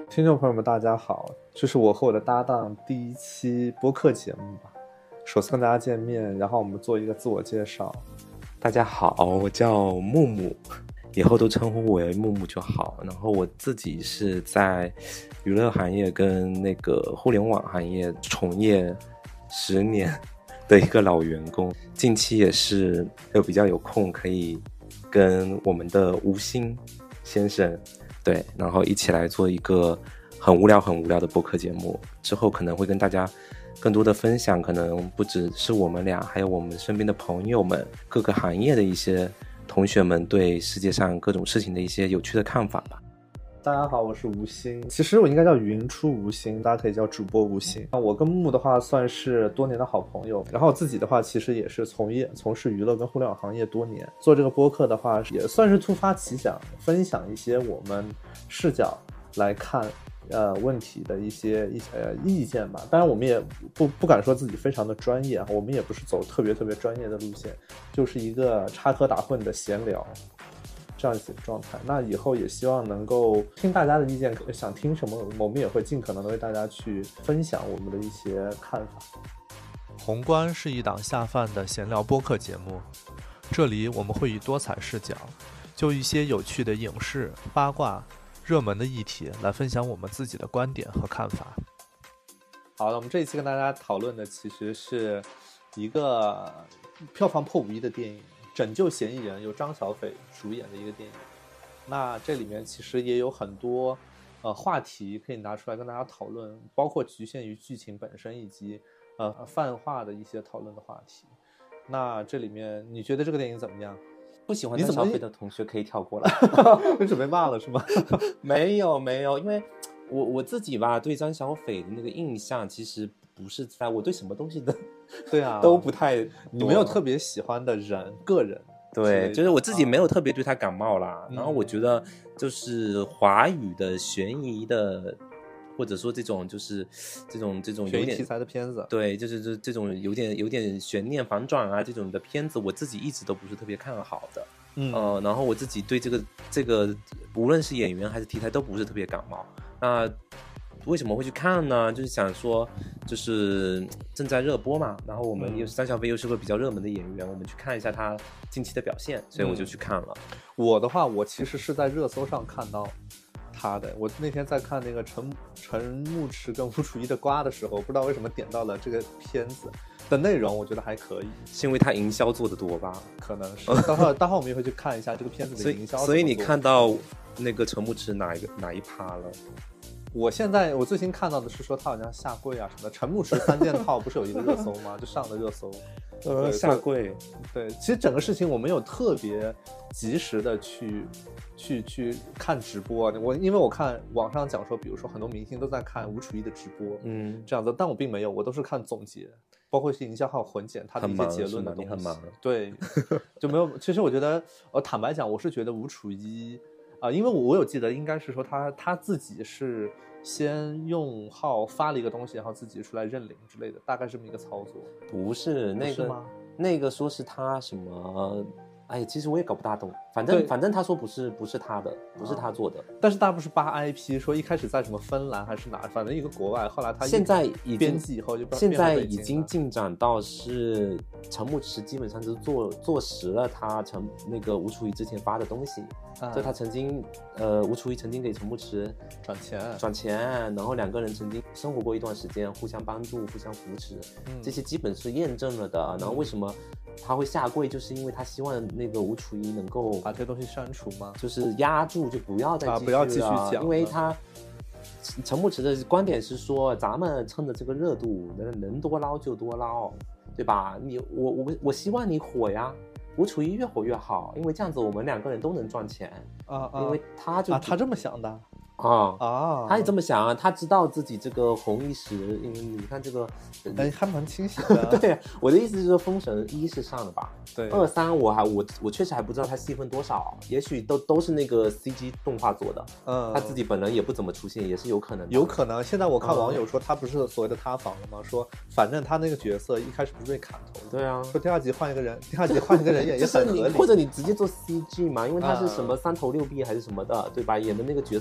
听众朋友们大家好，这是我和我的搭档第1期播客节目吧，首次跟大家见面，然后我们做一个自我介绍。 大家好，我叫木木，以后都称呼我为木木就好。然后我自己是在娱乐行业跟那个互联网行业从业10年的一个老员工，近期也是比较有空可以跟我们的吴昕先生对，然后一起来做一个很无聊的播客节目，之后可能会跟大家更多的分享，可能不只是我们俩，还有我们身边的朋友们，各个行业的一些同学们对世界上各种事情的一些有趣的看法吧。 大家好，我是吴昕，其实我应该叫云出吴昕，大家可以叫主播吴昕。我跟木木的话算是多年的好朋友，然后我自己的话其实也是从事娱乐跟互联网行业多年，做这个播客的话也算是突发奇想，分享一些我们视角来看问题的一些意见吧。当然我们也不敢说自己非常的专业，我们也不是走特别专业的路线，就是一个插科打诨的闲聊这样子的状态。那以后也希望能够听大家的意见，想听什么我们也会尽可能的为大家去分享我们的一些看法。 宏观是一档下饭的闲聊播客节目，这里我们会以多彩视角，就一些有趣的影视、八卦、热门的议题来分享我们自己的观点和看法。 好了，我们这一期跟大家讨论的其实是一个票房破5亿的电影《拯救嫌疑人》，由张小斐主演的一个电影。那这里面其实也有很多话题可以拿出来跟大家讨论，包括局限于剧情本身以及泛化的一些讨论的话题。那这里面你觉得这个电影怎么样？ 不喜欢张小斐的同学可以跳过来。 你准备骂了是吗？ 没有，因为我自己吧，对张小斐的那个印象其实不是在我对什么东西的对啊都不太， 你没有特别喜欢的人个人。 对，就是我自己没有特别对他感冒啦。然后我觉得就是华语的悬疑的，或者说这种就是这种有点题材的片子， 对，就是这种有点悬念反转啊这种的片子，我自己一直都不是特别看好的。然后我自己对这个无论是演员还是题材都不是特别感冒。那为什么会去看呢？就是想说，就是正在热播嘛，然后我们张小斐又是个比较热门的演员，我们去看一下他近期的表现，所以我就去看了。 我的话，我其实是在热搜上看到他的。我那天在看那个陈牧驰跟吴楚一的瓜的时候，不知道为什么点到了这个片子的内容，我觉得还可以。 是因为他营销做得多吧？ 可能是。待会我们也会去看一下这个片子的营销。 所以你看到那个陈牧驰哪一趴了？ 我最新看到的是说他好像下跪啊什么的。陈牧驰3件套不是有一个热搜吗？就上了热搜。 下跪。 对，其实整个事情我没有特别及时的去看直播。因为我看网上讲说，比如说很多明星都在看吴楚一的直播，这样子，但我并没有，我都是看总结，包括是营销号混剪他的一些结论的东西。 很忙。 对，就没有。其实我觉得，坦白讲，我是觉得吴楚一因为我有记得应该是说他自己是先用号发了一个东西，然后自己出来认领之类的，大概这么一个操作。 不是那个吗？ 那个说是他什么？哎，其实我也搞不大懂。反正他说不是他的，不是他做的。 但是大部是扒 IP， 说一开始在什么芬兰还是哪，反正一个国外，后来他现在已经编辑以后就现在已经进展到是陈牧驰基本上就是坐实了他那个吴楚一之前发的东西。就他曾经吴楚一曾经给陈牧驰转钱，然后2个人曾经生活过一段时间，互相帮助互相扶持，这些基本是验证了的。然后为什么他会下跪，就是因为他希望那个吴楚一能够把这些东西删除吗？ 就是压住，就不要再继续讲， 因为他陈牧驰的观点是说，咱们趁着这个热度能多捞就多捞，对吧？我希望你火呀，吴楚一越火越好，因为这样子我们2个人都能赚钱因为他这么想的。 他也这么想啊，他知道自己这个红一时，因为你看这个还蛮清醒的。 对，我的意思就是说封神1是上了吧， 对 ，2、3我确实还不知道他戏份多少，也许都是那个 CG 动画做的，他自己本人也不怎么出现，也是有可能的。 有可能。现在我看网友说他不是所谓的塌房了吗？说反正他那个角色一开始不是被砍头的， 对啊， 说第二集换一个人演也很合理， 或者你直接做 CG 嘛，因为他是什么3头6臂还是什么的，对吧？演的那个角色也不是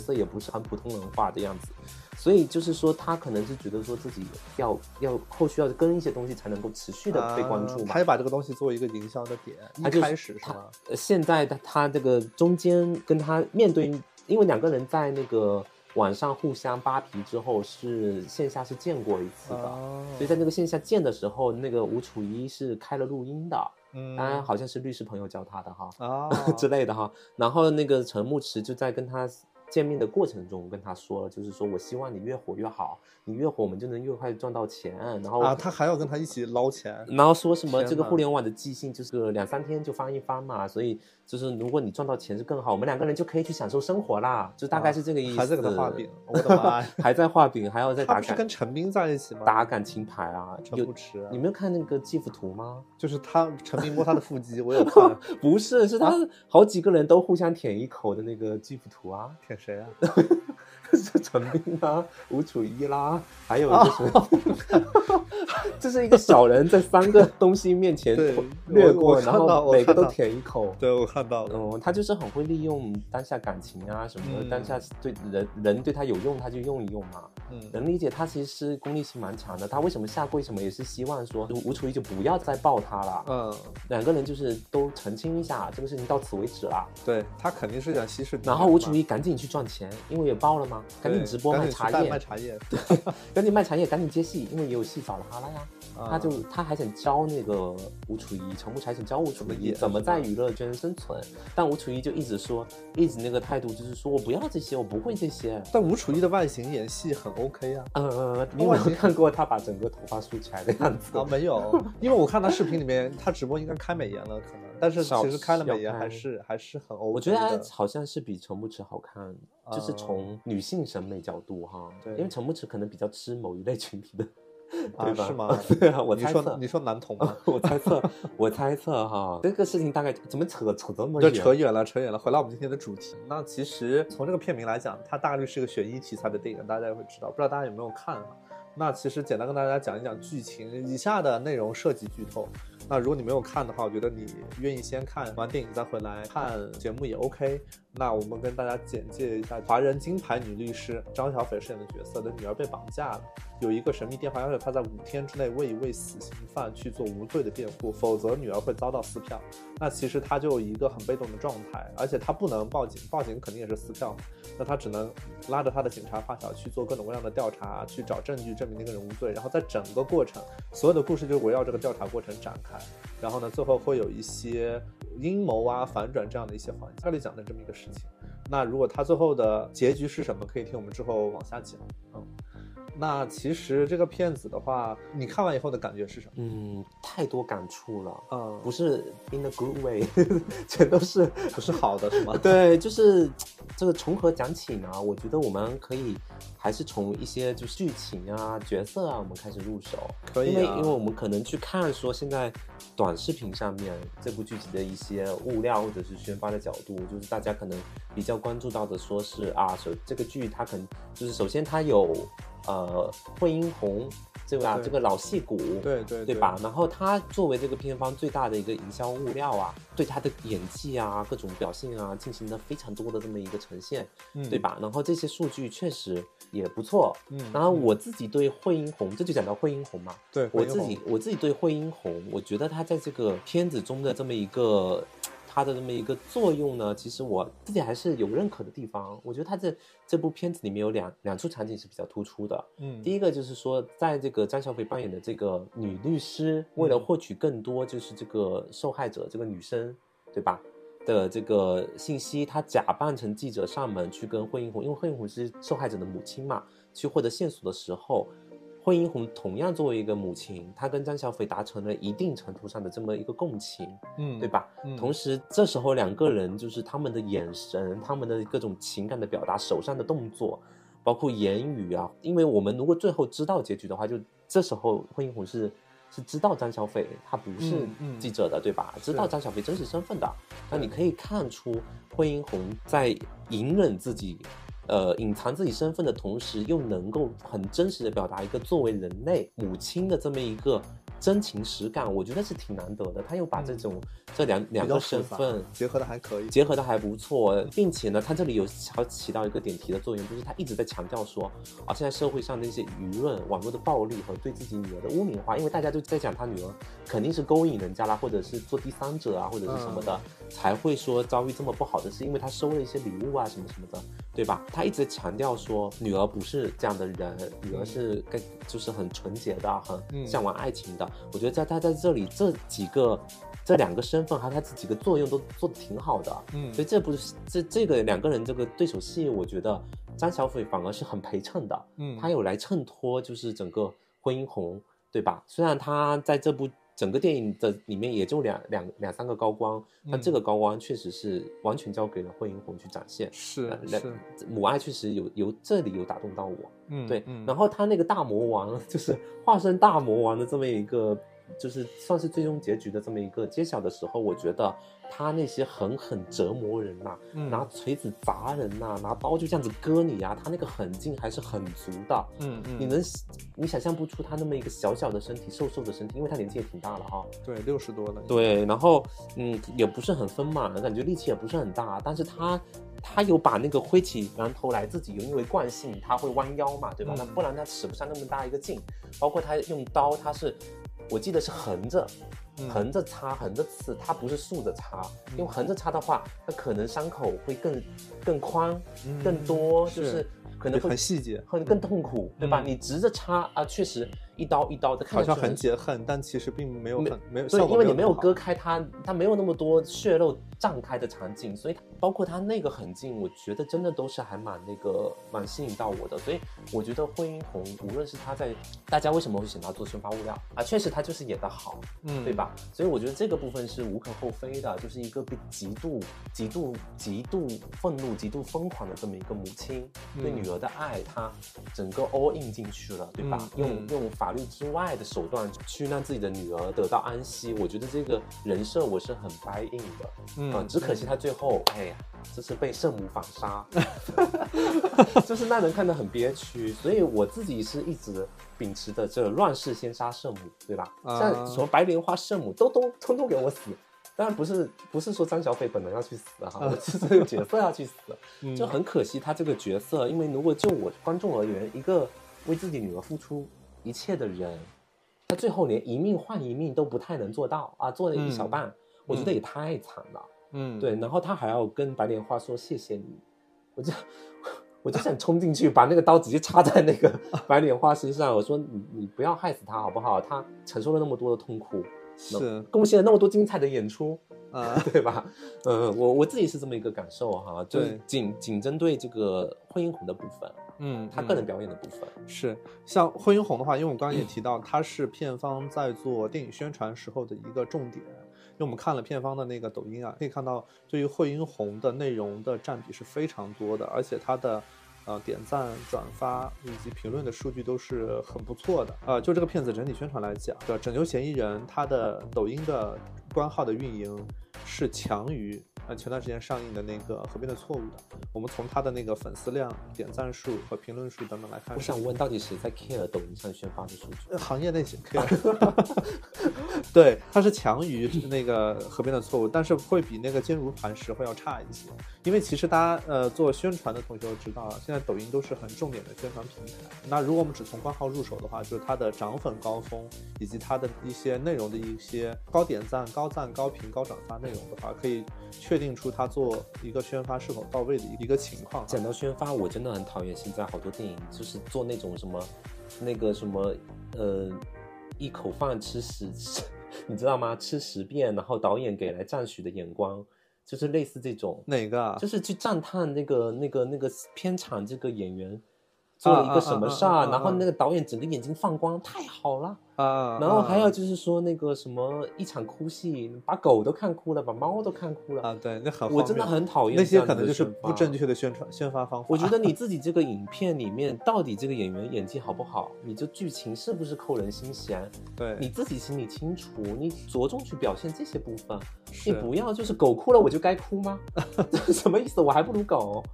是很普通人话的样子。所以就是说，他可能是觉得说自己要后续要跟一些东西才能够持续的被关注嘛。 他也把这个东西作为一个营销的点，一开始是吗？ 现在他这个中间跟他面对，因为两个人在那个网上互相扒皮之后，是线下是见过一次的，所以在那个线下见的时候，那个吴楚一是开了录音的。当然好像是律师朋友教他的哈，之类的哈。然后那个陈牧驰就在跟他见面的过程中跟他说了，就是说我希望你越火越好，你越火我们就能越快赚到钱。然后他还要跟他一起捞钱， 然后说什么这个互联网的即兴就是2-3天就翻一番嘛，所以就是如果你赚到钱是更好，我们2个人就可以去享受生活啦，就大概是这个意思。 还在给他画饼，我的妈呀！ 还在画饼，还要再打感。 他不是跟陈斌在一起吗？ 打感情牌啊， 陈牧驰啊。 你没有看那个基辅图吗？ 就是陈斌摸他的腹肌，我有看。 不是，是他好几个人都互相舔一口的那个基辅图啊。 舔谁啊？ 是陈斌啦，吴楚一啦，还有就是就是一个小人在3个东西面前掠过，然后每个都舔一口。 对，我看到了。 他就是很会利用当下感情啊什么的，当下对人对他有用他就用一用嘛。能理解他其实功利性蛮强的，他为什么下跪什么也是希望说吴楚一就不要再抱他了。2个人就是都澄清一下，这个事情到此为止了。 对，他肯定是想息事宁人。 然后吴楚一赶紧去赚钱，因为也包了嘛，赶紧直播卖茶叶， 对， 赶紧卖茶叶，赶紧接戏，因为也有戏找了他了呀。他还想教那个吴楚一，陈牧驰还想教吴楚一怎么在娱乐圈生存，但吴楚一就一直那个态度就是说我不要这些，我不会这些。 但吴楚一的外形演戏很 OK 啊。 你有没有看过他把整个头发梳起来的样子？ 没有，因为我看他视频里面，他直播应该开美颜了，可能，但是其实开了美颜还是很 OK 的。 我觉得他好像是比陈牧驰好看，就是从女性审美角度哈， 对， 因为陈牧驰可能比较吃某一类群体的。 对吧？是吗？ 对啊，我猜测。 你说男同吗？ 我猜测哈，这个事情大概怎么扯这么远？ 扯远了。回来我们今天的主题。那其实从这个片名来讲，它大概率是个悬疑题材的电影，大家也会知道。不知道大家有没有看啊？那其实简单跟大家讲一讲剧情，以下的内容涉及剧透。那如果你没有看的话，我觉得你愿意先看完电影再回来看节目也 OK。那我们跟大家简介一下华人金牌女律师张小斐饰演的角色的女儿被绑架了，有一个神秘电话要求她在5天之内为一位死刑犯去做无罪的辩护，否则女儿会遭到撕票。那其实她就一个很被动的状态，而且她不能报警，报警肯定也是撕票，那她只能拉着她的警察发小去做各种各样的调查，去找证据证明那个人无罪，然后在整个过程所有的故事就围绕这个调查过程展开，然后呢最后会有一些阴谋啊反转这样的一些环节，这里讲的这么一个事情。那如果他最后的结局是什么，可以听我们之后往下讲。那其实这个片子的话，你看完以后的感觉是什么？ 太多感触了。不是 in a good way 全都是不是好的是吗？ 对，就是这个从何讲起呢？我觉得我们可以还是从一些就是剧情啊角色啊我们开始入手。 可以因为我们可能去看说现在短视频上面这部剧集的一些物料或者是宣发的角度，就是大家可能比较关注到的说是这个剧它可能就是首先它有惠英红这个老戏骨，对吧？然后他作为这个片方最大的一个营销物料啊，对他的演技啊各种表现啊进行了非常多的这么一个呈现，对吧？然后这些数据确实也不错。然后我自己对惠英红，这就讲到惠英红嘛， 对， 我自己对惠英红，我觉得他在这个片子中的这么一个它的这么一个作用呢，其实我自己还是有认可的地方。我觉得它这部片子里面有两处场景是比较突出的。第一个就是说，在这个张小斐扮演的这个女律师，为了获取更多就是这个受害者这个女生，对吧？的这个信息，她假扮成记者上门去跟惠英红，因为惠英红是受害者的母亲嘛，去获得线索的时候。惠英红同样作为一个母亲，她跟张小斐达成了一定程度上的这么一个共情，对吧？同时这时候2个人就是他们的眼神，他们的各种情感的表达，手上的动作，包括言语啊，因为我们如果最后知道结局的话，就这时候惠英红是知道张小斐她不是记者的，对吧？知道张小斐真实身份的，那你可以看出惠英红在隐忍自己隐藏自己身份的同时，又能够很真实的表达一个作为人类母亲的这么一个真情实感，我觉得是挺难得的。他又把这两个身份结合的还可以， 结合的还不错，并且呢，他这里有起到一个点题的作用，就是他一直在强调说现在社会上那些舆论、网络的暴力和对自己女儿的污名化，因为大家就在讲他女儿肯定是勾引人家啦，或者是做第三者啊，或者是什么的，才会说遭遇这么不好的事，因为他收了一些礼物啊什么什么的，对吧？他一直强调说女儿不是这样的人，女儿是就是很纯洁的，很向往爱情的。我觉得他在这里这两个身份还有他这几个作用都做得挺好的，所以这个两个人这个对手戏，我觉得张小斐反而是很陪衬的，他有来衬托就是整个惠英红，对吧？虽然他在这部整个电影的里面也就两三个高光，但这个高光确实是完全交给了惠英红去展现， 是母爱确实有这里有打动到我，对，然后他那个大魔王就是化身大魔王的这么一个。就是算是最终结局的这么一个揭晓的时候，我觉得他那些狠折磨人呐，拿锤子砸人呐，拿刀就这样子割你啊，他那个狠劲还是很足的。你想象不出他那么一个小小的身体，瘦的身体，因为他年纪也挺大了哈。 对，60多了。 对，然后也不是很丰满，感觉力气也不是很大，但是他有把那个挥起榔头来，自己因为惯性他会弯腰嘛，对吧？那不然他使不上那么大一个劲。包括他用刀，我记得是横着插，横着刺，它不是竖着插。因为横着插的话，那可能伤口会更宽、更多，就是可能会很细节， 更痛苦，对吧？你直着插啊，确实一刀一刀的， 好像很解恨，但其实并没有没有效果，因为你没有割开它没有那么多血肉绽开的场景，所以包括它那个痕迹，我觉得真的都是还蛮吸引到我的。所以我觉得惠英红无论是她在大家为什么会选她做宣发物料啊，确实她就是演得好，对吧？所以我觉得这个部分是无可厚非的，就是一个被极度愤怒、极度疯狂的这么一个母亲，对女儿的爱，她整个 all in 进去了，对吧？用法律之外的手段去让自己的女儿得到安息，我觉得这个人设我是很 buy in 的，只可惜她最后，哎呀，这是被圣母反杀，就是让人看得很憋屈。所以我自己是一直秉持的这乱世先杀圣母，对吧？像什么白莲花圣母都通通给我死。当然不是说张小斐本人要去死哈，是这个角色要去死，就很可惜他这个角色，因为如果就我观众而言，一个为自己女儿付出一切的人，他最后连一命换一命都不太能做到啊，做了一小半，我觉得也太惨了。对，然后他还要跟白莲花说谢谢你，我就想冲进去把那个刀直接插在那个白莲花身上，我说你不要害死他好不好？他承受了那么多的痛苦。 是贡献了那么多精彩的演出对吧？我自己是这么一个感受哈，就仅针对这个惠英红的部分，他个人表演的部分是像惠英红的话，因为我刚刚也提到，它是片方在做电影宣传时候的一个重点。因为我们看了片方的那个抖音啊，可以看到对于惠英红的内容的占比是非常多的，而且它的点赞、转发以及评论的数据都是很不错的。就这个片子整体宣传来讲，拯救嫌疑人它的抖音的官号的运营是强于前段时间上映的那个河边的错误的。我们从它的那个粉丝量、点赞数和评论数等等来看， 我想问，到底谁在 care 抖音上宣发的数据？ 行业内 care 对，它是强于那个河边的错误，但是会比那个坚如磐石会要差一些。因为其实大家做宣传的同学都知道，现在抖音都是很重点的宣传平台。那如果我们只从官号入手的话，就是它的涨粉高峰以及它的一些内容的一些高点赞、高赞、高评、高转发内容的话，可以确定出它做一个宣发是否到位的一个情况。 讲到宣发，我真的很讨厌现在好多电影就是做那种什么那个什么一口饭吃你知道吗？吃10遍，然后导演给来赞许的眼光，就是类似这种。 哪个啊？ 就是去赞叹那个片场这个演员做了一个什么事儿，然后那个导演整个眼睛放光，太好了然后还有就是说那个什么一场哭戏，把狗都看哭了，把猫都看哭了对，那很我真的很讨厌那些可能就是不正确的宣发方法。 我觉得你自己这个影片里面到底这个演员演技好不好，你这剧情是不是扣人心弦， 对， 你自己心里清楚，你着重去表现这些部分，你不要就是狗哭了我就该哭吗？什么意思？我还不如狗。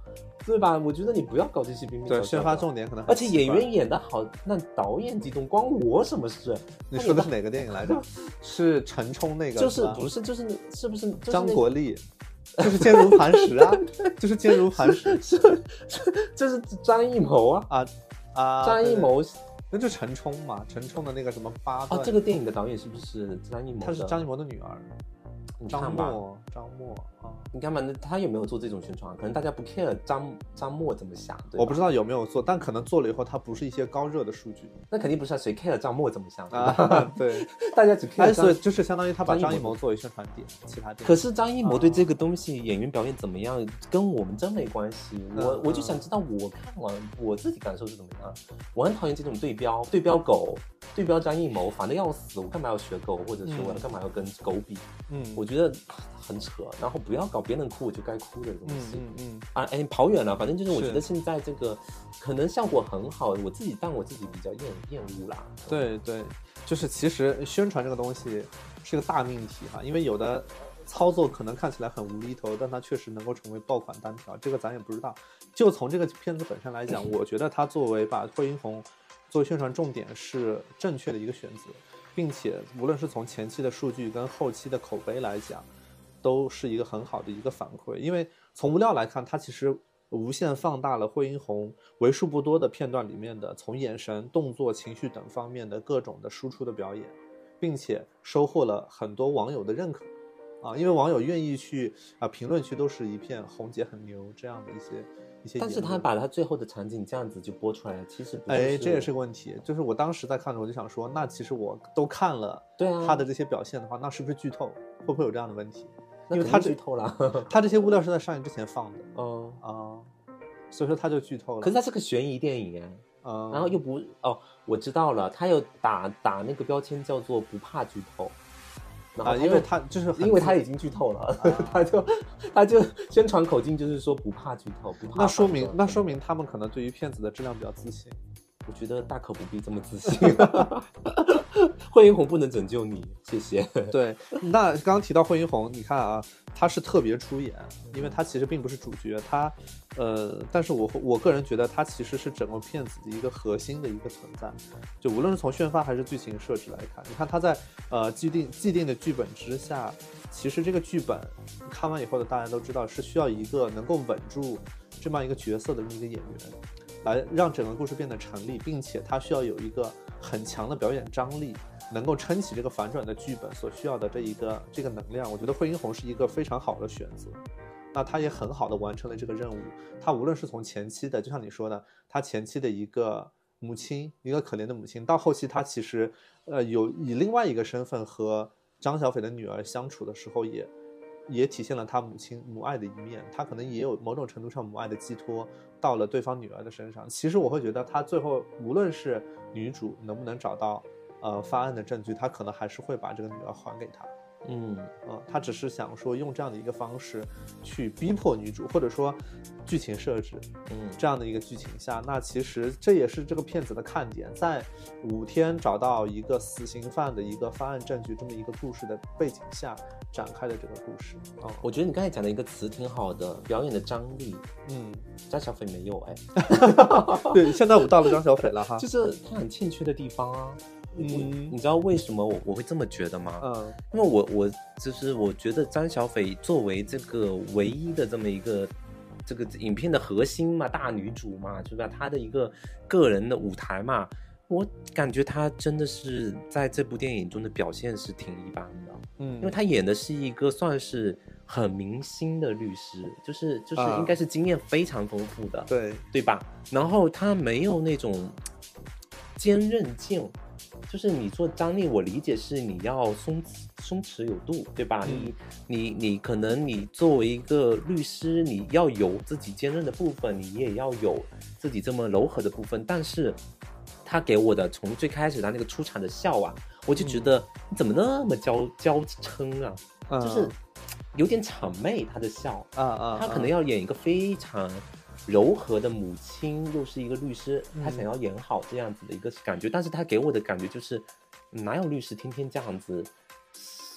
对吧？我觉得你不要搞这些冰冰对， 小小的宣发重点可能很而且演奇怪员演得好，那导演激动关我什么事？ 你说的是哪个电影来着？是陈冲那个？ 就是不是就是是不是、就是、 张国立？就是坚如磐石啊，就是坚如磐石， 这是张艺谋啊张艺谋。 那就陈冲嘛，陈冲的那个什么八段这个电影的导演是不是张艺谋的？ 她是张艺谋的女儿，张默啊。 你看嘛，那他有没有做这种宣传？可能大家不 care 张默怎么想，对吧？ 我不知道有没有做，但可能做了以后，它不是一些高热的数据。 那肯定不是谁 care 张默怎么想啊？对， 大家只 care 所以就是相当于他把张艺谋作为宣传点，其他点。 可是张艺谋对这个东西演员表演怎么样，跟我们真没关系。我就想知道，我看完我自己感受是怎么样。我很讨厌这种对标狗，对标张艺谋，烦得要死。我干嘛要学狗，或者是我干嘛要跟狗比？我觉得很扯。然后不要搞别人哭我就该哭的东西。跑远了，反正就是我觉得现在这个可能效果很好，但我自己比较厌恶啦。 对，就是其实宣传这个东西是个大命题哈，因为有的操作可能看起来很无厘头，但它确实能够成为爆款单条，这个咱也不知道。就从这个片子本身来讲，我觉得它作为把惠英红作为宣传重点是正确的一个选择，并且无论是从前期的数据跟后期的口碑来讲，都是一个很好的一个反馈。因为从物料来看，它其实无限放大了惠英红为数不多的片段里面的从眼神、动作、情绪等方面的各种的输出的表演，并且收获了很多网友的认可啊，因为网友愿意去评论区都是一片红姐很牛这样的一些但是他把他最后的场景这样子就播出来了，其实不这也是个问题。就是我当时在看的时候我就想说，那其实我都看了他的这些表现的话，那是不是剧透？会不会有这样的问题？因为他剧透了， 他这些物料是在上映之前放的，所以说他就剧透了。 可是他是个悬疑电影然后又不我知道了，他有打那个标签叫做不怕剧透。然后因为他就是因为他已经剧透了，他就宣传口径就是说不怕剧透，不怕。 那说明他们可能对于片子的质量比较自信。 我觉得大可不必这么自信。惠英红不能拯救你，谢谢。 对，那刚刚提到惠英红，你看啊，她是特别出演，因为她其实并不是主角，但是我个人觉得她其实是整个片子的一个核心的一个存在。就无论是从宣发还是剧情设置来看，你看她在既定的剧本之下，其实这个剧本看完以后的大家都知道是需要一个能够稳住这么一个角色的这么一个演员，来让整个故事变得成立，并且它需要有一个很强的表演张力，能够撑起这个反转的剧本所需要的这个能量。我觉得惠英红是一个非常好的选择，那她也很好的完成了这个任务。她无论是从前期的，就像你说的，她前期的一个母亲，一个可怜的母亲，到后期她其实有以另外一个身份和张小斐的女儿相处的时候，也体现了她母爱的一面，她可能也有某种程度上母爱的寄托到了对方女儿的身上。其实我会觉得她最后无论是女主能不能找到发案的证据，她可能还是会把这个女儿还给她。他只是想说用这样的一个方式去逼迫女主，或者说剧情设置这样的一个剧情下，那其实这也是这个片子的看点，在5天找到一个死刑犯的一个发案证据这么一个故事的背景下展开的这个故事。 我觉得你刚才讲的一个词挺好的，表演的张力。张小斐没有对，现在我到了张小斐了哈， 就是他很欠缺的地方啊。你知道为什么我会这么觉得吗？因为我觉得张小斐作为这个唯一的这么一个这个影片的核心嘛，大女主嘛，是吧？她的一个个人的舞台嘛，我感觉她真的是在这部电影中的表现是挺一般的。因为她演的是一个算是很明星的律师，就是应该是经验非常丰富的，对吧？然后她没有那种坚韧劲。就是你做张力，我理解是你要松弛有度，对吧？你可能你作为一个律师，你要有自己坚韧的部分，你也要有自己这么柔和的部分。但是他给我的从最开始他那个出场的笑我就觉得你怎么那么娇嗔啊？就是有点谄媚他的笑他可能要演一个非常柔和的母亲，又是一个律师，他想要演好这样子的一个感觉，但是他给我的感觉就是哪有律师天天这样子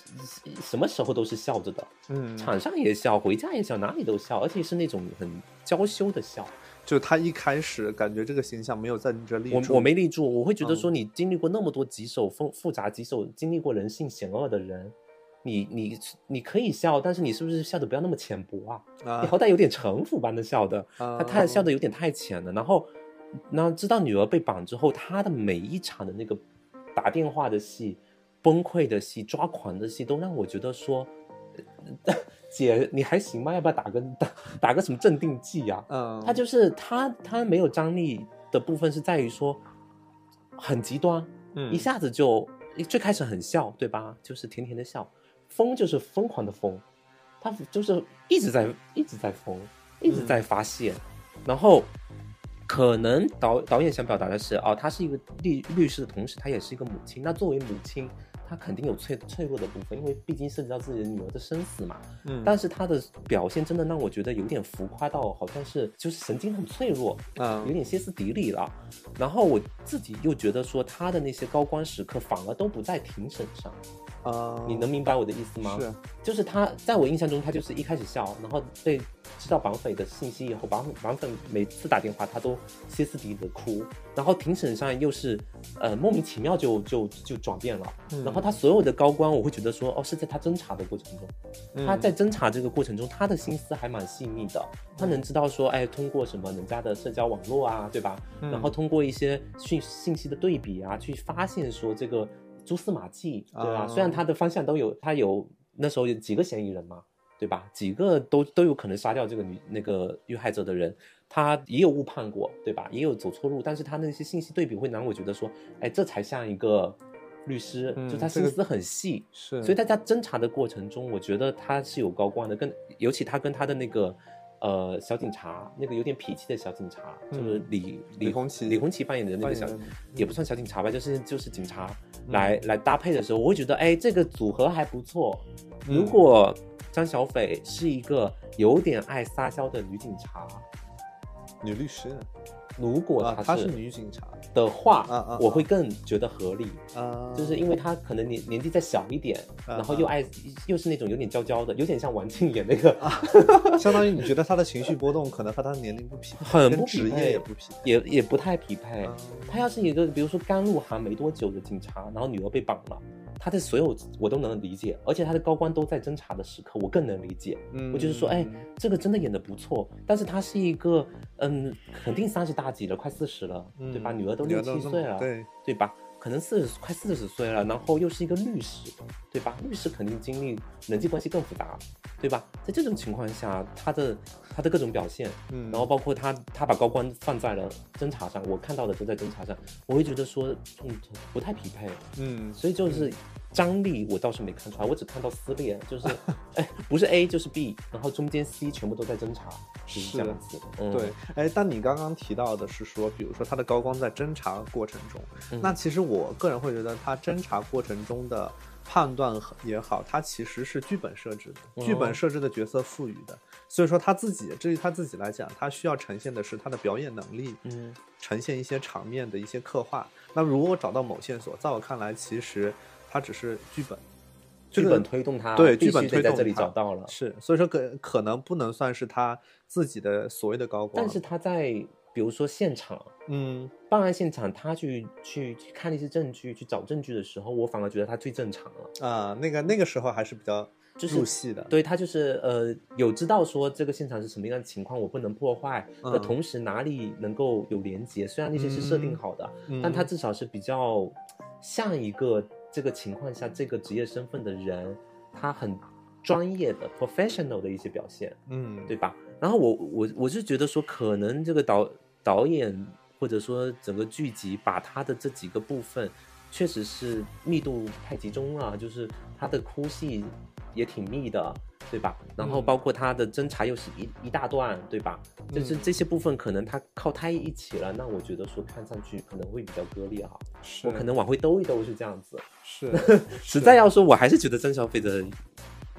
什么时候都是笑着的，场上也笑，回家也笑，哪里都笑，而且是那种很娇羞的笑。 就他一开始感觉这个形象没有在你这立住， 我没立住，我会觉得说你经历过那么多棘手复杂棘手，经历过人性险恶的人，你可以笑，但是你是不是笑的不要那么浅薄啊？你好歹有点城府般的笑的，他笑的有点太浅了。然后知道女儿被绑之后，他的每一场的那个打电话的戏、崩溃的戏、抓狂的戏，都让我觉得说。姐，你还行吗？要不要打个什么镇定剂啊？他就是他没有张力的部分是在于说很极端，一下子就最开始很笑，对吧？就是甜甜的笑，疯就是疯狂的疯，他就是一直在疯，一直在发泄，然后可能导演想表达的是他是一个律师的同时，他也是一个母亲。那作为母亲，他肯定有脆弱的部分，因为毕竟涉及到自己的女儿的生死嘛。但是他的表现真的让我觉得有点浮夸到好像是就是神经很脆弱，有点歇斯底里了。然后我自己又觉得说他的那些高光时刻反而都不在庭审上。你能明白我的意思吗？是，就是他在我印象中，他就是一开始笑，然后被知道绑匪的信息以后，绑匪每次打电话他都歇斯底里的哭，然后庭审上又是莫名其妙就转变了，然后他所有的高光，我会觉得说是在他侦查的过程中，他在侦查这个过程中，他的心思还蛮细腻的，他能知道说通过什么人家的社交网络啊，对吧？然后通过一些信息的对比啊，去发现说这个蛛丝马迹，对吧？虽然他的方向他有那时候有几个嫌疑人嘛，对吧？几个都有可能杀掉这个那个遇害者的人，他也有误判过，对吧？也有走错路，但是他那些信息对比会让我觉得说，这才像一个律师，就他心思很细，是。所以在他侦查的过程中，我觉得他是有高光的，尤其他跟他的那个小警察，那个有点痞气的小警察，就是李红旗扮演的那个也不算小警察吧，就是警察来搭配的时候，我会觉得这个组合还不错。如果张小斐是一个有点爱撒娇的女警察、 女律师， 如果她是女警察的话，我会更觉得合理，就是因为她可能年纪再小一点，然后又是那种有点娇娇的，有点像王静演那个， 相当于你觉得她的情绪波动可能和她的年龄不匹配， 很不匹配， 职业也不匹配，也不太匹配。她要是一个比如说刚入行没多久的警察，然后女儿被绑了，她的所有我都能理解，而且她的高官都在侦查的时刻，我更能理解。我就是说，这个真的演得不错，但是她是一个肯定30大几了，快40了，对吧？女儿都6、7岁了，对吧？可能快40岁了，然后又是一个律师，对吧？律师肯定经历人际关系更复杂，对吧？在这种情况下，他的各种表现，然后包括他把高光放在了侦查上，我看到的都在侦查上，我会觉得说，不太匹配，所以就是张力我倒是没看出来，我只看到撕裂，就是不是 A 就是 B， 然后中间 C 全部都在侦查，是这样子。 对，但你刚刚提到的是说，比如说他的高光在侦查过程中，那其实我个人会觉得他侦查过程中的判断也好，他其实是剧本设置的，剧本设置的角色赋予的，所以说至于他自己来讲，他需要呈现的是他的表演能力，呈现一些场面的一些刻画。那如果找到某线索，在我看来，其实它只是剧本推动他， 对，剧本推动在这里找到了， 是，所以说可能不能算是他自己的所谓的高光， 但是他在比如说现场，办案现场，他去看那些证据，去找证据的时候，我反而觉得他最正常了那个时候还是比较入戏的， 对，他就是有知道说这个现场是什么样的情况，我不能破坏的同时哪里能够有连结，虽然那些是设定好的，但他至少是比较像一个这个情况下这个职业身份的人，他很专业的 professional 的一些表现，对吧？然后我就觉得说，可能这个导演或者说整个剧集把他的这几个部分确实是密度太集中了，就是他的哭戏也挺密的，对吧？然后包括他的侦查又是一大段，对吧？就是这些部分可能他靠他一起了，那我觉得说看上去可能会比较割裂哈。我可能往回兜一兜是这样子。是，实在要说，我还是觉得张小斐的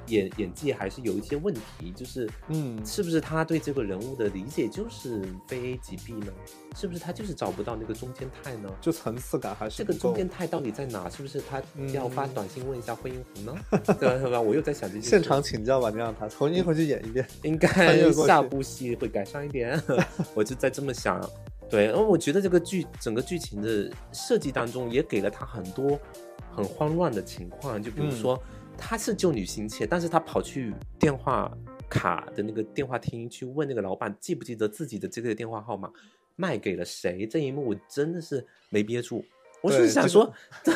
演技还是有一些问题，就是是不是他对这个人物的理解就是非 A 即 B 呢？是不是他就是找不到那个中间态呢？ 就层次感还是这个中间态到底在哪？是不是他要发短信问一下惠英红呢？对吧？我又在想这件事。 现场请教吧，你让他重新回去演一遍， 应该下部戏会改善一点。我就在这么想。对，然后我觉得这个整个剧情的设计当中也给了他很多很慌乱的情况，就比如说他是救女心切，但是他跑去电话卡的那个电话厅去问那个老板记不记得自己的这个电话号码卖给了谁，这一幕我真的是没憋住，我是想说，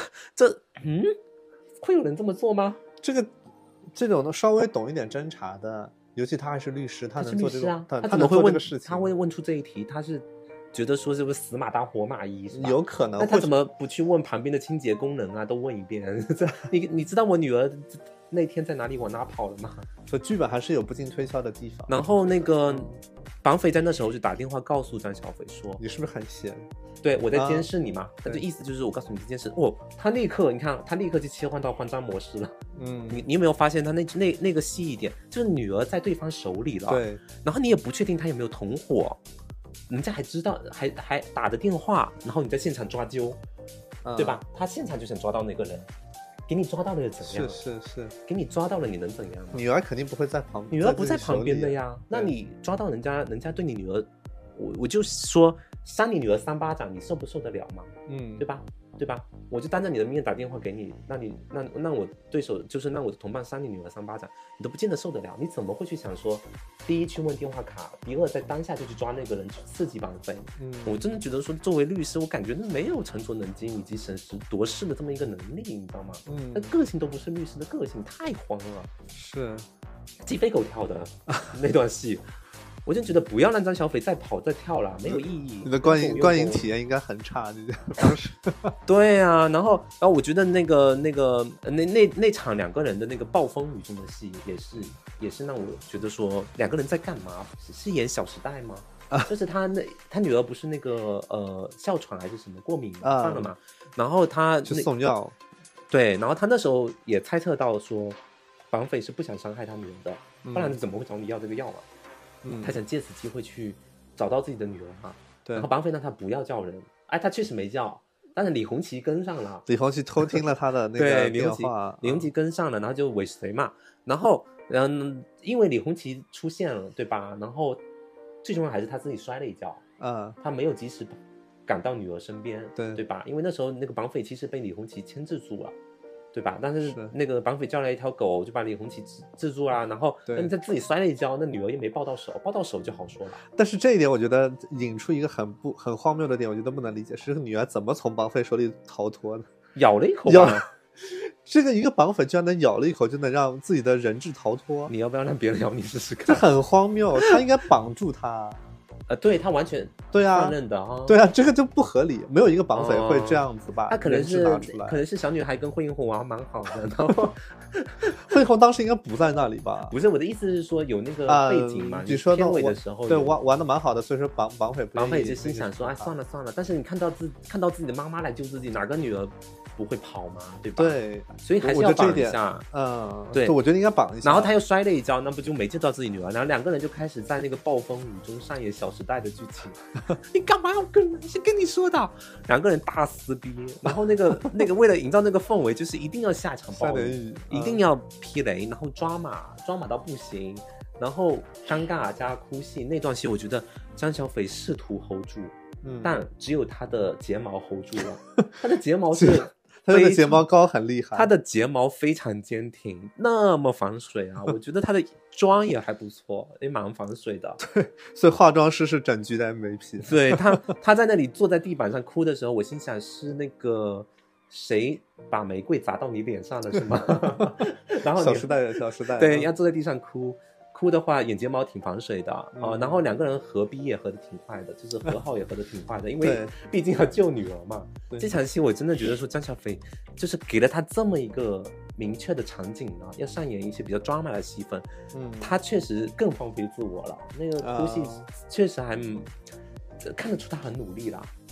会有人这么做吗？ 这种稍微懂一点侦查的，尤其他还是律师，他能做这个， 他怎么会问这个事情？ 他会问出这一题，他是觉得说是不是死马当活马医是吧？ 有可能。 那他怎么不去问旁边的清洁工人啊？都问一遍。你知道我女儿那天在哪里往哪跑了吗？ 所以剧本还是有不经推敲的地方。 然后那个绑匪在那时候就打电话告诉张小斐说：“ 你是不是很闲？ 对，我在监视你嘛。他就意思就是我告诉你这件事。他立刻就切换到慌张模式了。你有没有发现他那个细一点，就是女儿在对方手里了。 对， 然后你也不确定他有没有同伙。人家还知道还打的电话，然后你在现场抓阄，对吧？他现场就想抓到那个人，给你抓到了又怎样？ 是， 给你抓到了你能怎样？ 女儿肯定不会在旁边， 女儿不在旁边的呀。那你抓到人家对你女儿，我就说扇你女儿3巴掌，你受不受得了嘛？对吧？我就当着你的面打电话给你，那我对手就是让我的同伴扇你女儿3巴掌，你都不见得受得了。你怎么会去想说，第一去问电话卡，第二在当下就去抓那个人去刺激绑匪？我真的觉得说，作为律师，我感觉没有沉着冷静以及审时度势的这么一个能力，你知道吗？那个性都不是律师的个性，太慌了， 是鸡飞狗跳的那段戏。我就觉得不要让张小斐再跑再跳了，没有意义。 你的观影体验应该很差，你当时。 对啊，然后我觉得那场2个人的那个暴风雨中的戏，也是让我觉得说2个人在干嘛？是演《小时代》吗？就是他女儿不是那个哮喘还是什么过敏犯了嘛？然后他去送药。 对，然后他那时候也猜测到说，绑匪是不想伤害他女儿的，不然怎么会找你要这个药嘛？他想借此机会去找到自己的女儿嘛？对。然后绑匪让他不要叫人，他确实没叫，但是李红旗跟上了。 李红旗偷听了他的那个电话， 李红旗跟上了，然后就尾随嘛。然后因为李红旗出现了，对吧？然后最重要还是他自己摔了一跤，他没有及时赶到女儿身边，对吧？因为那时候那个绑匪其实被李红旗牵制住了。对吧？但是那个绑匪叫来一条狗，就把李红旗制住了，然后你再自己摔了一跤，那女儿也没抱到手，抱到手就好说了。 但是这一点我觉得引出一个很荒谬的点，我觉得不能理解，是女儿怎么从绑匪手里逃脱的？ 咬了一口吧。 这个一个绑匪居然能咬了一口就能让自己的人质逃脱？ 你要不要让别人咬你试试看？ 这很荒谬，他应该绑住他。 对，他完全放任的哈。 对啊，这个就不合理，没有一个绑匪会这样子吧？ 他可能是小女孩跟惠英红玩蛮好的，然后惠英红当时应该不在那里吧？ 不是，我的意思是说有那个背景嘛， 你说片尾的时候对玩的蛮好的，所以说绑匪就心想说，算了，但是你看到自己的妈妈来救自己，哪个女儿不会跑嘛，对吧？ 对， 所以还是要绑一下。 对，我觉得应该绑一下。 然后他又摔了一跤，那不就没救到自己女儿？然后2个人就开始在那个暴风雨中上演《小时代》的剧情。你干嘛要先跟你说的？2个人大撕逼，然后那个为了营造那个氛围，就是一定要下场暴雨，一定要劈雷，然后抓马到不行，然后尴尬加哭戏。那段戏我觉得张小斐试图 hold 住，但只有他的睫毛 hold 住了。他的睫毛是。 他的睫毛膏很厉害， 他的睫毛非常坚挺，那么防水啊！我觉得他的妆也还不错，也蛮防水的。 对，所以化妆师是整局的 MVP。 对他在那里坐在地板上哭的时候，我心想是那个谁把玫瑰砸到你脸上了是吗？然后小时代， 对，要坐在地上哭的话，眼睫毛挺防水的然后2个人合逼也合得挺快的，就是和好也合得挺快的，因为毕竟要救女儿嘛。这场戏我真的觉得说张小斐就是给了他这么一个明确的场景呢，要上演一些比较drama的戏份，他确实更放飞自我了。那个哭戏确实还看得出他很努力啦。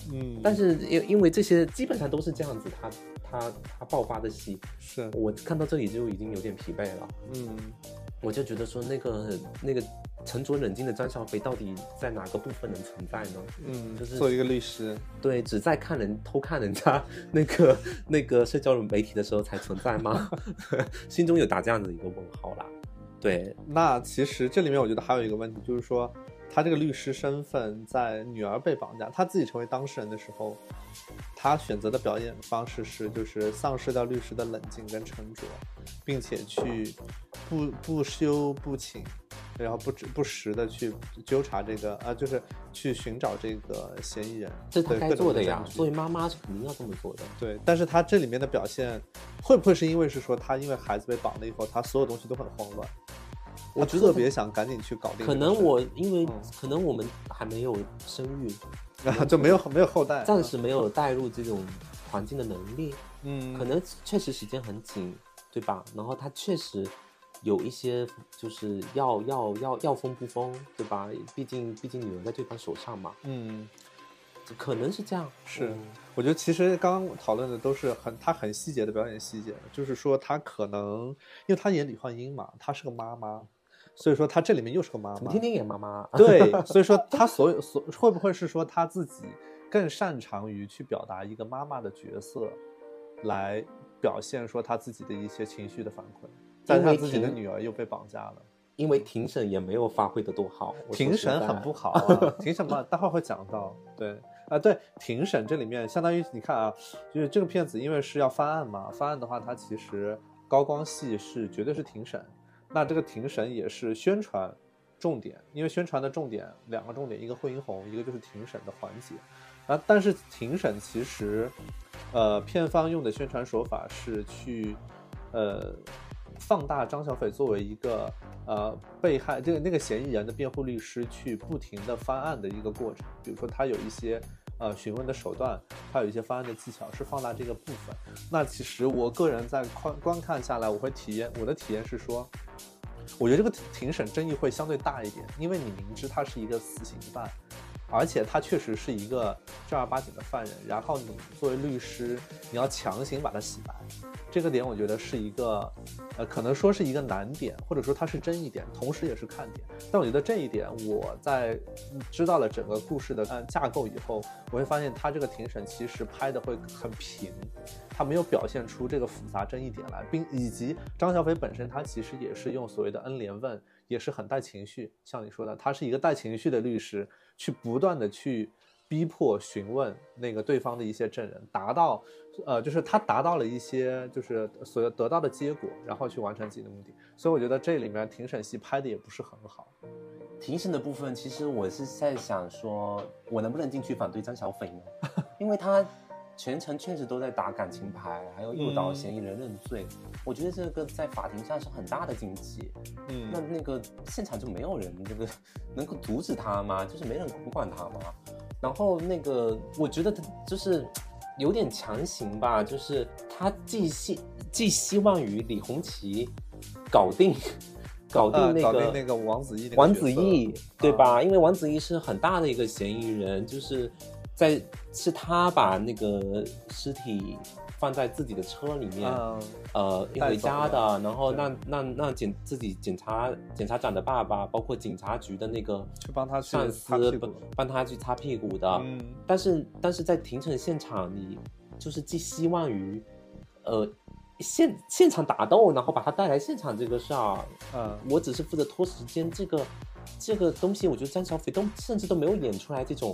但是因为这些基本上都是这样子，他爆发的戏， 是我看到这里就已经有点疲惫了。我就觉得说那个沉着冷静的张小斐到底在哪个部分能存在呢？就是做一个律师， 对，只在偷看人家那个社交媒体的时候才存在吗？心中有打这样子一个问号啦。对， 那其实这里面我觉得还有一个问题，就是说他这个律师身份在女儿被绑架，他自己成为当事人的时候，他选择的表演方式是就是丧失掉律师的冷静跟沉着，并且去不休不请，然后不时的去纠察这个就是去寻找这个嫌疑人， 这是他该做的呀，作为妈妈是肯定要这么做的。 对，但是他这里面的表现会不会是因为是说他因为孩子被绑了以后，他所有东西都很慌乱，我特别想赶紧去搞定。 可能因为可能我们还没有生育， 就没有后代， 暂时没有带入这种环境的能力。可能确实时间很紧，对吧？然后他确实有一些就是要封不封，对吧？毕竟女儿在对方手上嘛。可能是这样。 是，我觉得其实刚刚讨论的都是他很细节的表演细节，就是说他可能因为他演李焕英嘛，他是个妈妈。所以说他这里面又是个妈妈， 怎么天天演妈妈？ 对，所以说他会不会是说他自己更擅长于去表达一个妈妈的角色，来表现说他自己的一些情绪的反馈，但他自己的女儿又被绑架了。 因为庭审也没有发挥的多好， 庭审很不好啊，庭审嘛，待会儿会讲到，对对，庭审这里面相当于你看啊，就是这个片子因为是要翻案嘛，翻案的话，它其实高光戏是绝对是庭审。那这个庭审也是宣传重点，因为宣传的重点两个重点，一个惠英红，一个就是庭审的环节。但是庭审其实，片方用的宣传手法是去，放大张小斐作为一个被害那个嫌疑人的辩护律师去不停的翻案的一个过程。比如说他有一些询问的手段，他有一些翻案的技巧是放大这个部分。那其实我个人在观看下来，我的体验是说，我觉得这个庭审争议会相对大一点，因为你明知他是一个死刑犯，而且他确实是一个正儿八经的犯人，然后你作为律师，你要强行把他洗白，这个点我觉得是一个可能说是一个难点，或者说它是争议点，同时也是看点。但我觉得这一点我在知道了整个故事的架构以后，我会发现他这个庭审其实拍的会很平，他没有表现出这个复杂争议点来，以及张小斐本身他其实也是用所谓的恩连问，也是很带情绪，像你说的，他是一个带情绪的律师，去不断的去逼迫询问那个对方的一些证人，达到就是他达到了一些就是所得到的结果，然后去完成自己的目的。所以我觉得这里面庭审戏拍的也不是很好。 庭审的部分，其实我是在想说，我能不能进去反对张小斐呢？因为他全程确实都在打感情牌，还有诱导嫌疑人认罪。我觉得这个在法庭上是很大的禁忌。那个现场就没有人这个能够阻止他吗？就是没人管他吗？然后那个我觉得他就是有点强行吧，就是他寄希望于李红旗搞定那个王子异， 对吧？因为王子异是很大的一个嫌疑人，就是是他把那个尸体放在自己的车里面，运回家的。然后那检察长的爸爸，包括警察局的那个去帮他上司帮他去擦屁股的。但是在庭审现场，你就是寄希望于现场打斗，然后把他带来现场这个事儿。我只是负责拖时间，这个东西，我觉得张小斐甚至都没有演出来这种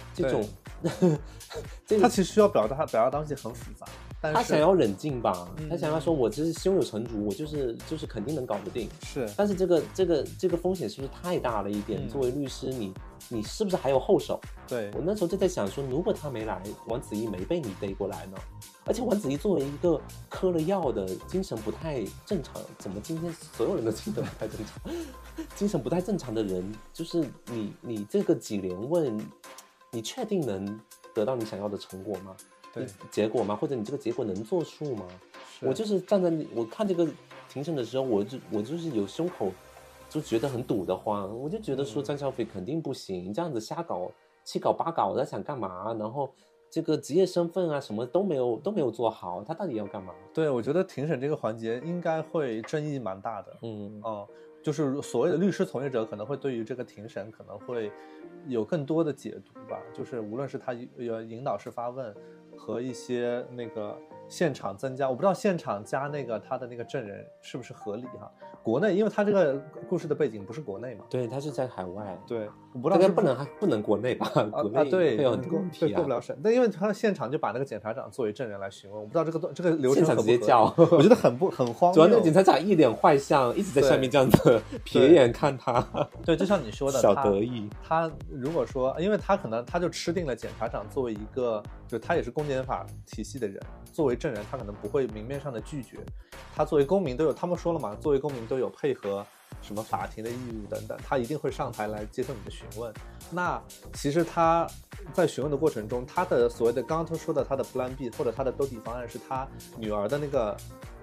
他其实需要表达东西很复杂，但是他想要冷静吧，他想要说我这是胸有成竹，我就是肯定能搞得定。 是， 但是这个风险是不是太大了一点？作为律师，你是不是还有后手？ 对， 我那时候就在想说，如果他没来，王子异没被你逮过来呢？而且王子异作为一个嗑了药的精神不太正常，怎么今天所有人的精神不太正常？精神不太正常的人，就是你这个几连问，你确定能得到你想要的成果吗？ 对， 结果吗？或者你这个结果能作数吗？我就是站在我看这个庭审的时候，我就是有胸口就觉得很堵得慌，我就觉得说张小斐肯定不行，这样子瞎搞七搞八搞的想干嘛，然后这个职业身份啊什么都没有做好，他到底要干嘛？ 对，我觉得庭审这个环节应该会争议蛮大的。就是所谓的律师从业者可能会对于这个庭审可能会有更多的解读吧，就是无论是他引导式发问和一些那个现场增加，我不知道现场加那个他的那个证人是不是合理哈。国内因为他这个故事的背景不是国内嘛， 对，他是在海外， 对，我不知道是不能国内吧？国内对， 会有很多问题过不了审。但因为他现场就把那个检察长作为证人来询问，我不知道这个流程现场直接合叫， 我觉得很荒谬。 主要那个检察长一脸坏相，一直在下面这样子瞥眼看他。 对，就像你说的， 小得意。 他如果说，因为他可能他就吃定了检察长作为一个，就他也是公检法体系的人，作为证人，他可能不会明面上的拒绝。他作为公民都有，他们说了嘛，作为公民都有配合什么法庭的义务等等，他一定会上台来接受你的询问。那其实他在询问的过程中，他的所谓的刚刚他说的他的 Plan B 或者他的兜底方案是他女儿的那个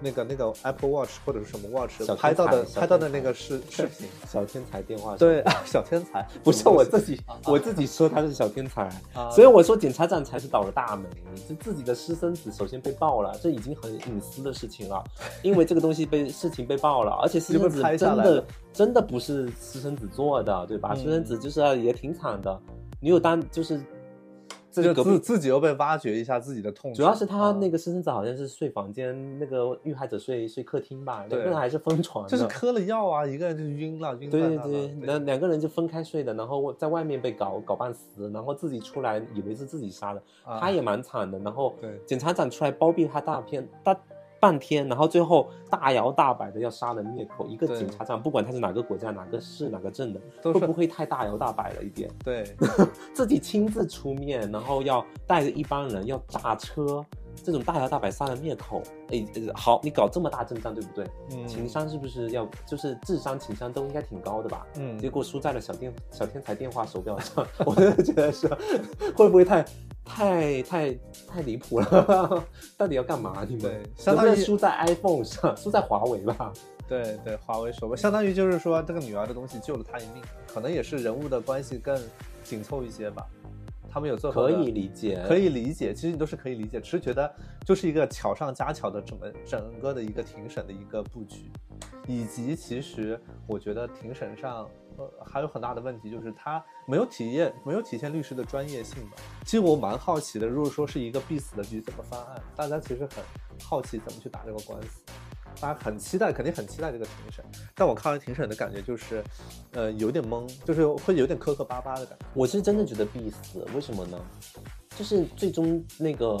Apple Watch 或者是什么 Watch 拍到的那个视频， 小天才电话， 对，小天才， 不是我自己说他是小天才，所以我说检察长才是倒了大霉，就自己的私生子首先被爆了，这已经很隐私的事情了，因为这个东西事情被爆了，而且私生子真的不是私生子做的，对吧？私生子就是也挺惨的，你有就是自己又被挖掘一下自己的痛处， 主要是他那个私生子好像是睡房间，那个遇害者睡客厅吧，两个人还是分床的， 就是嗑了药啊，一个人就晕了， 对，两个人就分开睡的，然后在外面被搞半死，然后自己出来以为是自己杀的，他也蛮惨的，然后检察长出来包庇他半天，然后最后大摇大摆的要杀人灭口，一个检察长不管他是哪个国家哪个市哪个镇的，会不会太大摇大摆了一点？ 对， 自己亲自出面，然后要带着一帮人要炸车，这种大摇大摆杀人灭口，好，你搞这么大阵仗，对不对？情商是不是就是智商情商都应该挺高的吧？结果输在了小天才电话手表上，我真的觉得是会不会太离谱了？到底要干嘛？你们相当于输在 iPhone 上，输在华为吧？ 对，华为手表相当于就是说这个女儿的东西救了他一命，可能也是人物的关系更紧凑一些吧。他们有做可以理解， 其实你都是可以理解，只是觉得就是一个巧上加巧的整个的一个庭审的一个布局，以及其实我觉得庭审上还有很大的问题，就是他没有体现律师的专业性吧。其实我蛮好奇的，如果说是一个必死的局怎么翻案，大家其实很好奇怎么去打这个官司。大家肯定很期待这个庭审，但我看完庭审的感觉就是，有点懵，就是会有点磕磕巴巴的感觉。 我是真的觉得必死，为什么呢？就是最终那个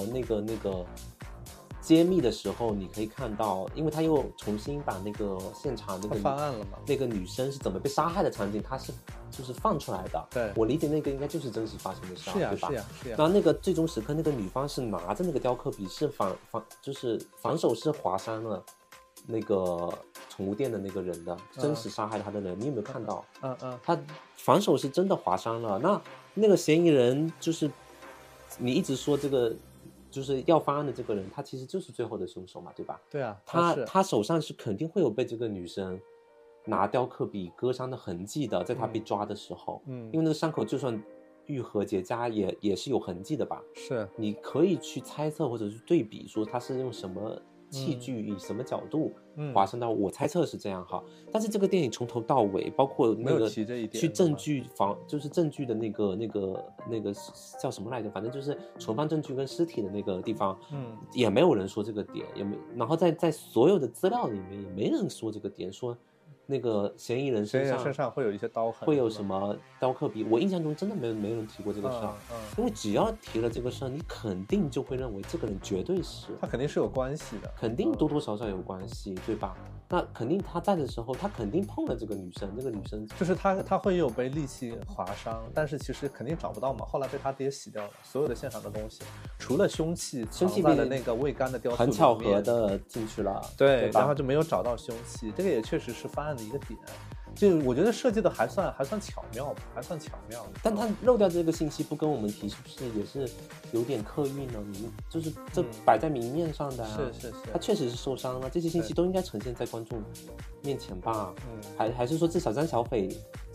揭秘的时候，你可以看到，因为他又重新把那个现场那个翻案了嘛， 那个女生是怎么被杀害的场景，他是就是放出来的。 对， 我理解那个应该就是真实发生的事，对吧？ 是呀。 然后那个最终时刻，那个女方是拿着那个雕刻笔，是就是反手是划伤了那个宠物店的那个人的，真实杀害他的人，你有没有看到？他反手是真的划伤了。那个嫌疑人就是你一直说这个就是要翻案的这个人，他其实就是最后的凶手嘛，对吧？ 对啊， 他手上是肯定会有被这个女生拿雕刻笔割伤的痕迹的，在他被抓的时候，因为那个伤口就算愈合结痂也是有痕迹的吧？ 是， 你可以去猜测或者是对比，说他是用什么器具以什么角度划伤到，我猜测是这样哈。但是这个电影从头到尾，包括那个去证据就是证据的那个叫什么来着？反正就是存放证据跟尸体的那个地方，也没有人说这个点，也没，然后在所有的资料里面也没人说这个点，说那个嫌疑人身上会有一些刀痕， 会有什么雕刻笔？我印象中真的没人提过这个事儿，因为只要提了这个事儿，你肯定就会认为这个人绝对是， 他肯定是有关系的， 肯定多多少少有关系，对吧？那肯定他在的时候，他肯定碰了这个女生，这个女生就是他会有被利器划伤，但是其实肯定找不到嘛，后来被他爹洗掉了所有的现场的东西，除了凶器藏在了那个未干的雕塑里面， 很巧合的进去了， 对，然后就没有找到凶器，这个也确实是翻案的一个点。就我觉得设计的还算巧妙吧，还算巧妙。 但他漏掉这个信息不跟我们提，是不是也是有点刻意呢？你就是这摆在明面上的啊， 是， 他确实是受伤了，这些信息都应该呈现在观众面前吧？还是说至少张小斐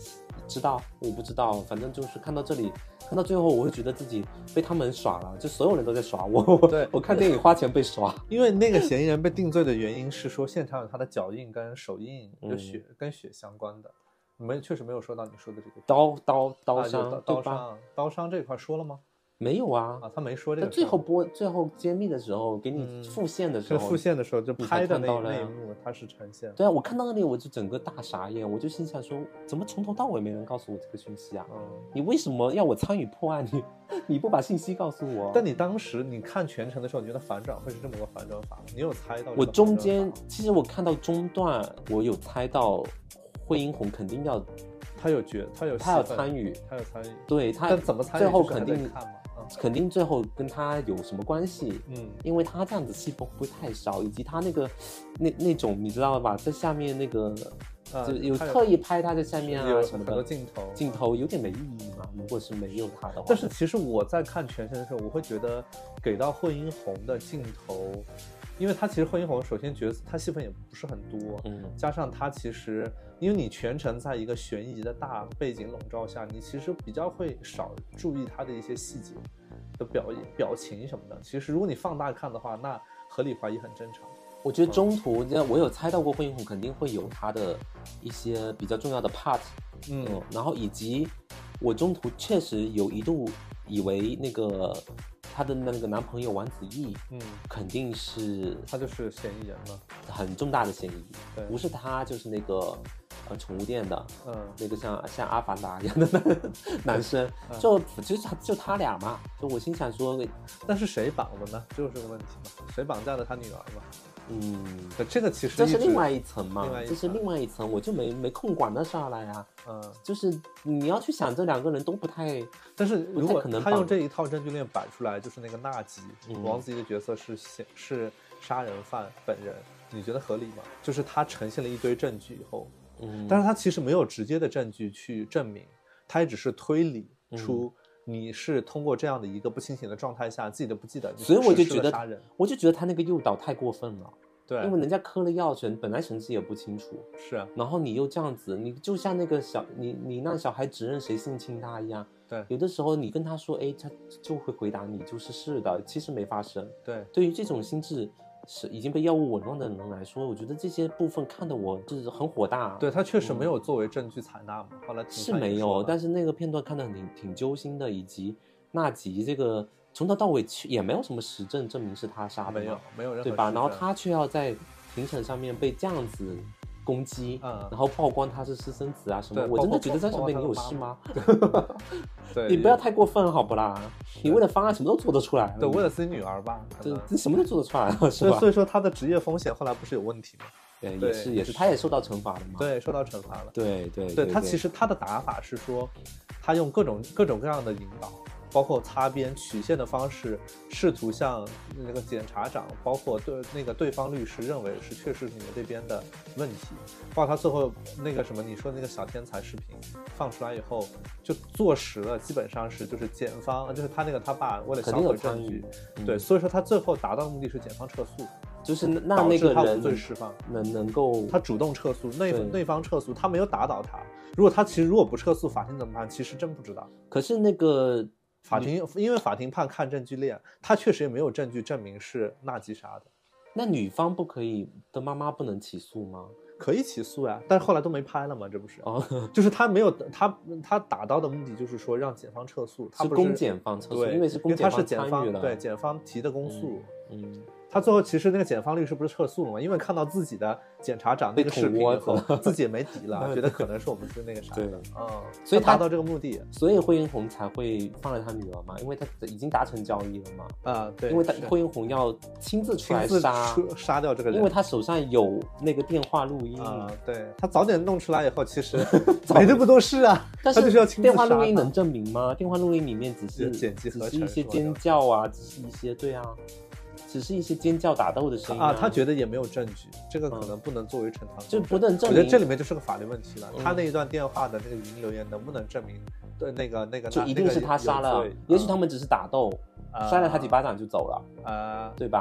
知道，我不知道，反正就是看到这里，看到最后，我会觉得自己被他们耍了，就所有人都在耍我。 对， 我看电影花钱被耍， 因为那个嫌疑人被定罪的原因是说现场有他的脚印跟手印，跟血相关的。确实没有说到你说的这个刀伤， 刀伤这块说了吗？ 没有啊， 他没说这个。 最后揭秘的时候，给你复现的时候， 就拍的那一幕，它是呈现。 对啊，我看到那里我就整个大傻眼，我就心想说，怎么从头到尾没人告诉我这个讯息啊？你为什么要我参与破案？你不把信息告诉我？ 但你当时你看全程的时候，你觉得反转会是这么个反转法吗？你有猜到？ 我中间其实我看到中段，我有猜到惠英红肯定要， 他有参与，对他， 但怎么参与？ 最后肯定最后跟他有什么关系？因为他这样子戏份会太少，以及他那种你知道吧，在下面那个就有特意拍他在下面啊什么的， 很多镜头有点没意义嘛。如果是没有他的话， 但是其实我在看全程的时候，我会觉得给到惠英红的镜头。因为他其实惠英红首先角色他戏份也不是很多，加上他其实因为你全程在一个悬疑的大背景笼罩下，你其实比较会少注意他的一些细节的表情什么的。其实如果你放大看的话，那合理怀疑很正常。 我觉得中途我有猜到过惠英红肯定会有他的一些比较重要的 part，然后以及我中途确实有一度以为那个她的那个男朋友王子异，肯定是他就是嫌疑人了， 很重大的嫌疑。 对， 不是他就是那个宠物店的，那个像阿凡达一样的男生，就他俩嘛。就我心想说， 但是谁绑的呢？这就是个问题嘛，谁绑架了他女儿嘛？这个其实这是另外一层嘛，这是另外一层，我就没空管那事儿了呀。就是你要去想这两个人都不太， 但是如果他用这一套证据链摆出来，就是那个纳吉，王子异的角色是杀人犯本人，你觉得合理吗？就是他呈现了一堆证据以后，但是他其实没有直接的证据去证明，他也只是推理出你是通过这样的一个不清醒的状态下，自己都不记得， 所以我就觉得他那个诱导太过分了。 对， 因为人家嗑了药本来神志也不清楚， 是啊， 然后你又这样子，你就像那个你让小孩指认谁性侵他一样。 对， 有的时候你跟他说，他就会回答你就是是的，其实没发生。 对， 对于这种心智是已经被药物紊乱的人来说，我觉得这些部分看得我就是很火大。 对，他确实没有作为证据采纳嘛，后来是没有，但是那个片段看得挺揪心的，以及纳吉这个从头到尾也没有什么实证证明是他杀的， 没有任何对吧？然后他却要在庭审上面被这样子攻击，然后曝光他是私生子啊什么，我真的觉得在上面你有事吗？ 对， 你不要太过分好不啦？你为了方案什么都做得出来， 对，为了自己女儿吧， 这什么都做得出来了，是吧？ 所以说他的职业风险后来不是有问题吗？ 对，也是，他也受到惩罚了嘛？ 对，受到惩罚了。 对， 他其实他的打法是说，他用各种各样的引导。包括擦边曲线的方式，试图向那个检察长，包括对方律师认为是确实你们这边的问题，包括他最后那个什么你说那个小天才视频放出来以后，就坐实了，基本上是就是检方就是他爸为了销毁证据，对，所以说他最后达到的目的是检方撤诉， 就是让那个人无罪释放， 能够他主动撤诉，内方撤诉，他没有打倒他。如果他其实如果不撤诉，法庭怎么办？其实真不知道。 可是那个。 因为法庭判看证据链，他确实也没有证据证明是纳吉杀的。 那女方不可以的妈妈不能起诉吗？ 可以起诉呀，但是后来都没拍了嘛，这不是？就是他没有他打到的目的就是说让检方撤诉，他是公检方撤诉，因为是公检方参与了， 对，检方提的公诉。他最后其实那个检方律师不是撤诉了吗？因为看到自己的检察长那个视频以后，自己也没底了，觉得可能是我们是那个啥的， 所以达到这个目的， 所以惠英红才会放了他女儿嘛，因为他已经达成交易了嘛。 对， 因为惠英红要亲自出来杀掉这个人， 因为他手上有那个电话录音对，他早点弄出来以后，其实没那么多事啊， 但是就是要亲自电话录音能证明吗？电话录音里面只是剪辑合成， 只是一些尖叫啊，只是一些只是一些尖叫打斗的声音他觉得也没有证据，这个可能不能作为呈堂， 就不能证明。 我觉得这里面就是个法律问题了。他那一段电话的那个语音留言能不能证明？对，那个就一定是他杀了，也许他们只是打斗，摔了他几巴掌就走了，对吧？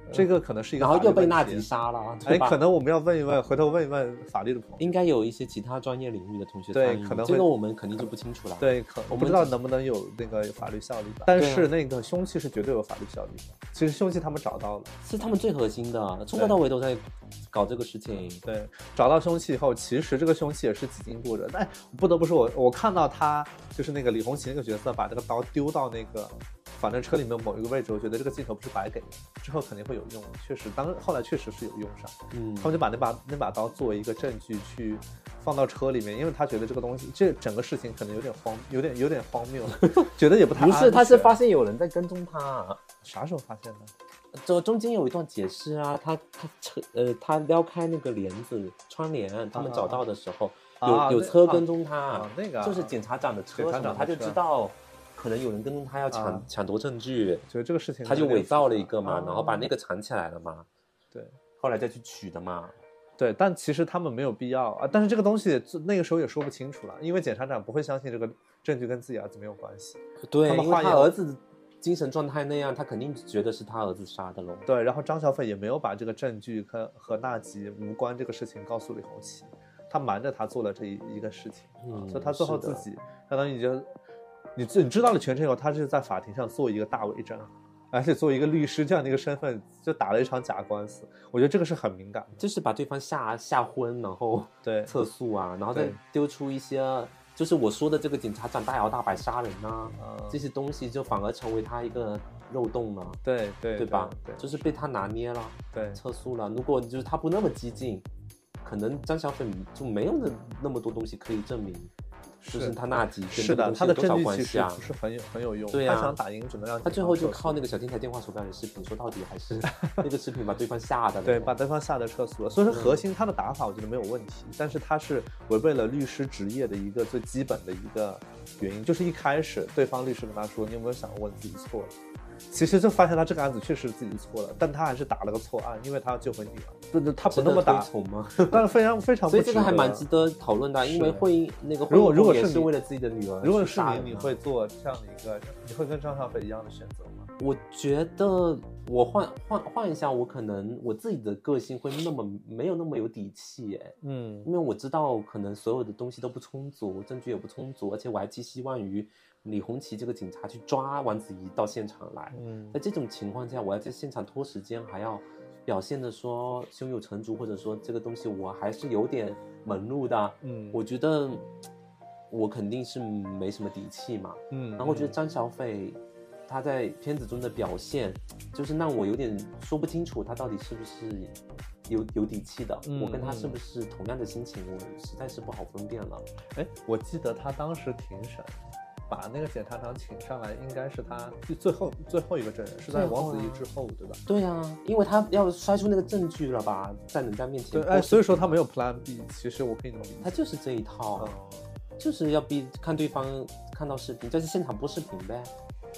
这个可能是一个然后又被纳吉吉杀了，对吧？ 可能我们要问一问，回头问一问法律的朋友， 应该有一些其他专业领域的同学参与， 对，可能这个我们肯定就不清楚了。 对，我不知道能不能有那个法律效力吧。但是那个凶器是绝对有法律效力的。其实凶器他们找到了， 是他们最核心的，从头到尾都在搞这个事情。 对，找到凶器以后，其实这个凶器也是几经波折。但不得不说，我看到他就是那个李红旗那个角色把这个刀丢到那个反正车里面某一个位置，我觉得这个镜头不是白给的，之后肯定会有用。确实，后来确实是有用上。他们就把那把刀作为一个证据去放到车里面，因为他觉得这个东西，这整个事情可能有点荒谬，觉得也不太安全。 不是，他是发现有人在跟踪他。 啥时候发现的？ 这中间有一段解释啊，他撩开那个帘子窗帘，他们找到的时候，有车跟踪他， 那个就是检察长的车什么，他就知道可能有人跟踪他要抢夺证据， 所以这个事情他就伪造了一个嘛，然后把那个藏起来了嘛， 对， 后来再去取的嘛。 对，但其实他们没有必要啊。但是这个东西那个时候也说不清楚了，因为检察长不会相信这个证据跟自己儿子没有关系。 对，因为他儿子精神状态那样，他肯定觉得是他儿子杀的喽。对， 然后张小斐也没有把这个证据和纳吉无关这个事情告诉李红旗，他瞒着他做了这一个事情，所以他最后自己相当于你知道了全程以后，他是在法庭上做一个大伪证。而且作为一个律师这样的一个身份，就打了一场假官司，我觉得这个是很敏感的， 就是把对方吓昏，然后对测速啊，然后再丢出一些，就是我说的这个检察长大摇大摆杀人啊，这些东西就反而成为他一个漏洞了，对吧？对，就是被他拿捏了， 对， 测速了。如果就是他不那么激进，可能张小斐就没有那么多东西可以证明。就是他纳吉跟这个东西有多少关系啊？ 是很有用。 对呀， 他想打赢只能让他最后就靠那个小天才电话手表的视频，说到底还是那个视频把对方吓的。 对，把对方吓得撤诉了。所以说核心他的打法我觉得没有问题，但是他是违背了律师职业的一个最基本的一个原因，就是一开始对方律师跟他说：“你有没有想过你自己错了？”其实就发现他这个案子确实自己错了，但他还是打了个错案，因为他要救回女儿。他不那么打，但是非常不值得。 所以这个还蛮值得讨论的，因为如果是为了自己的女儿， 如果是你会做这样的一个，你会跟张小斐一样的选择吗？ 我觉得我换一下，我可能我自己的个性会没有那么有底气因为我知道可能所有的东西都不充足，证据也不充足，而且我还寄希望于李红旗这个警察去抓王子怡到现场来。在这种情况下，我要在现场拖时间，还要表现的说胸有成竹，或者说这个东西我还是有点门路的。我觉得我肯定是没什么底气嘛。然后我觉得张小斐他在片子中的表现，就是让我有点说不清楚他到底是不是有底气的。我跟他是不是同样的心情，我实在是不好分辨了。 我记得他当时庭审把那个检察长请上来，应该是他最后一个证人，是在王子怡之后，对吧？ 对啊，因为他要筛出那个证据了吧，在人家面前。 对，所以说他没有 Plan B。其实我可以这么理解， 他就是这一套，就是要看对方看到视频，就是现场播视频呗。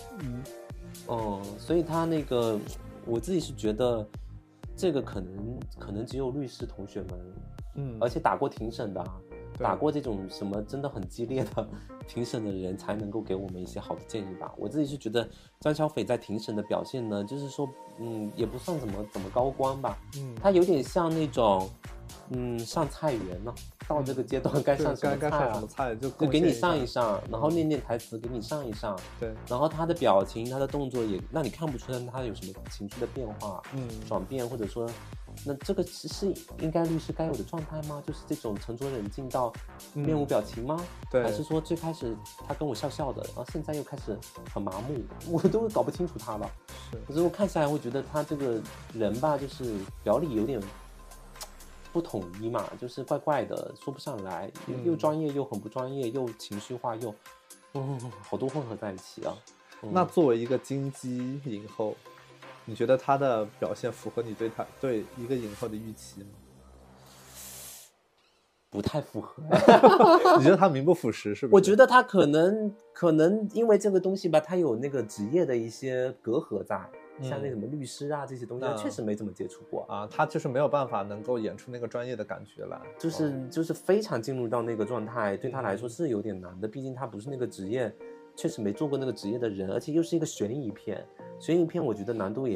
所以他那个，我自己是觉得这个可能只有律师同学们，而且打过庭审的。打过这种什么真的很激烈的庭审的人才能够给我们一些好的建议吧。我自己是觉得张小斐在庭审的表现呢，就是说也不算怎么高光吧。他有点像那种上菜园呢，到这个阶段该上什么菜就给你上一上，然后念台词给你上一上。 对， 然后他的表情他的动作也让你看不出来他有什么情绪的变化，转变，或者说那这个是应该律师该有的状态吗？就是这种沉着冷静到面无表情吗？ 对， 还是说最开始他跟我笑笑的，然后现在又开始很麻木，我都搞不清楚他了。可是我看下来会觉得他这个人吧，就是表里有点不统一嘛，就是怪怪的，说不上来，又专业又很不专业，又情绪化，又好多混合在一起啊。 那作为一个金鸡影后，你觉得他的表现符合你对一个影后的预期吗？ 不太符合。 你觉得他名不副实是不是？ 我觉得他可能因为这个东西吧，他有那个职业的一些隔阂在，像那什么律师啊这些东西，他确实没怎么接触过啊，他就是没有办法能够演出那个专业的感觉来， 就是非常进入到那个状态，对他来说是有点难的，毕竟他不是那个职业，确实没做过那个职业的人，而且又是一个悬疑片，我觉得难度也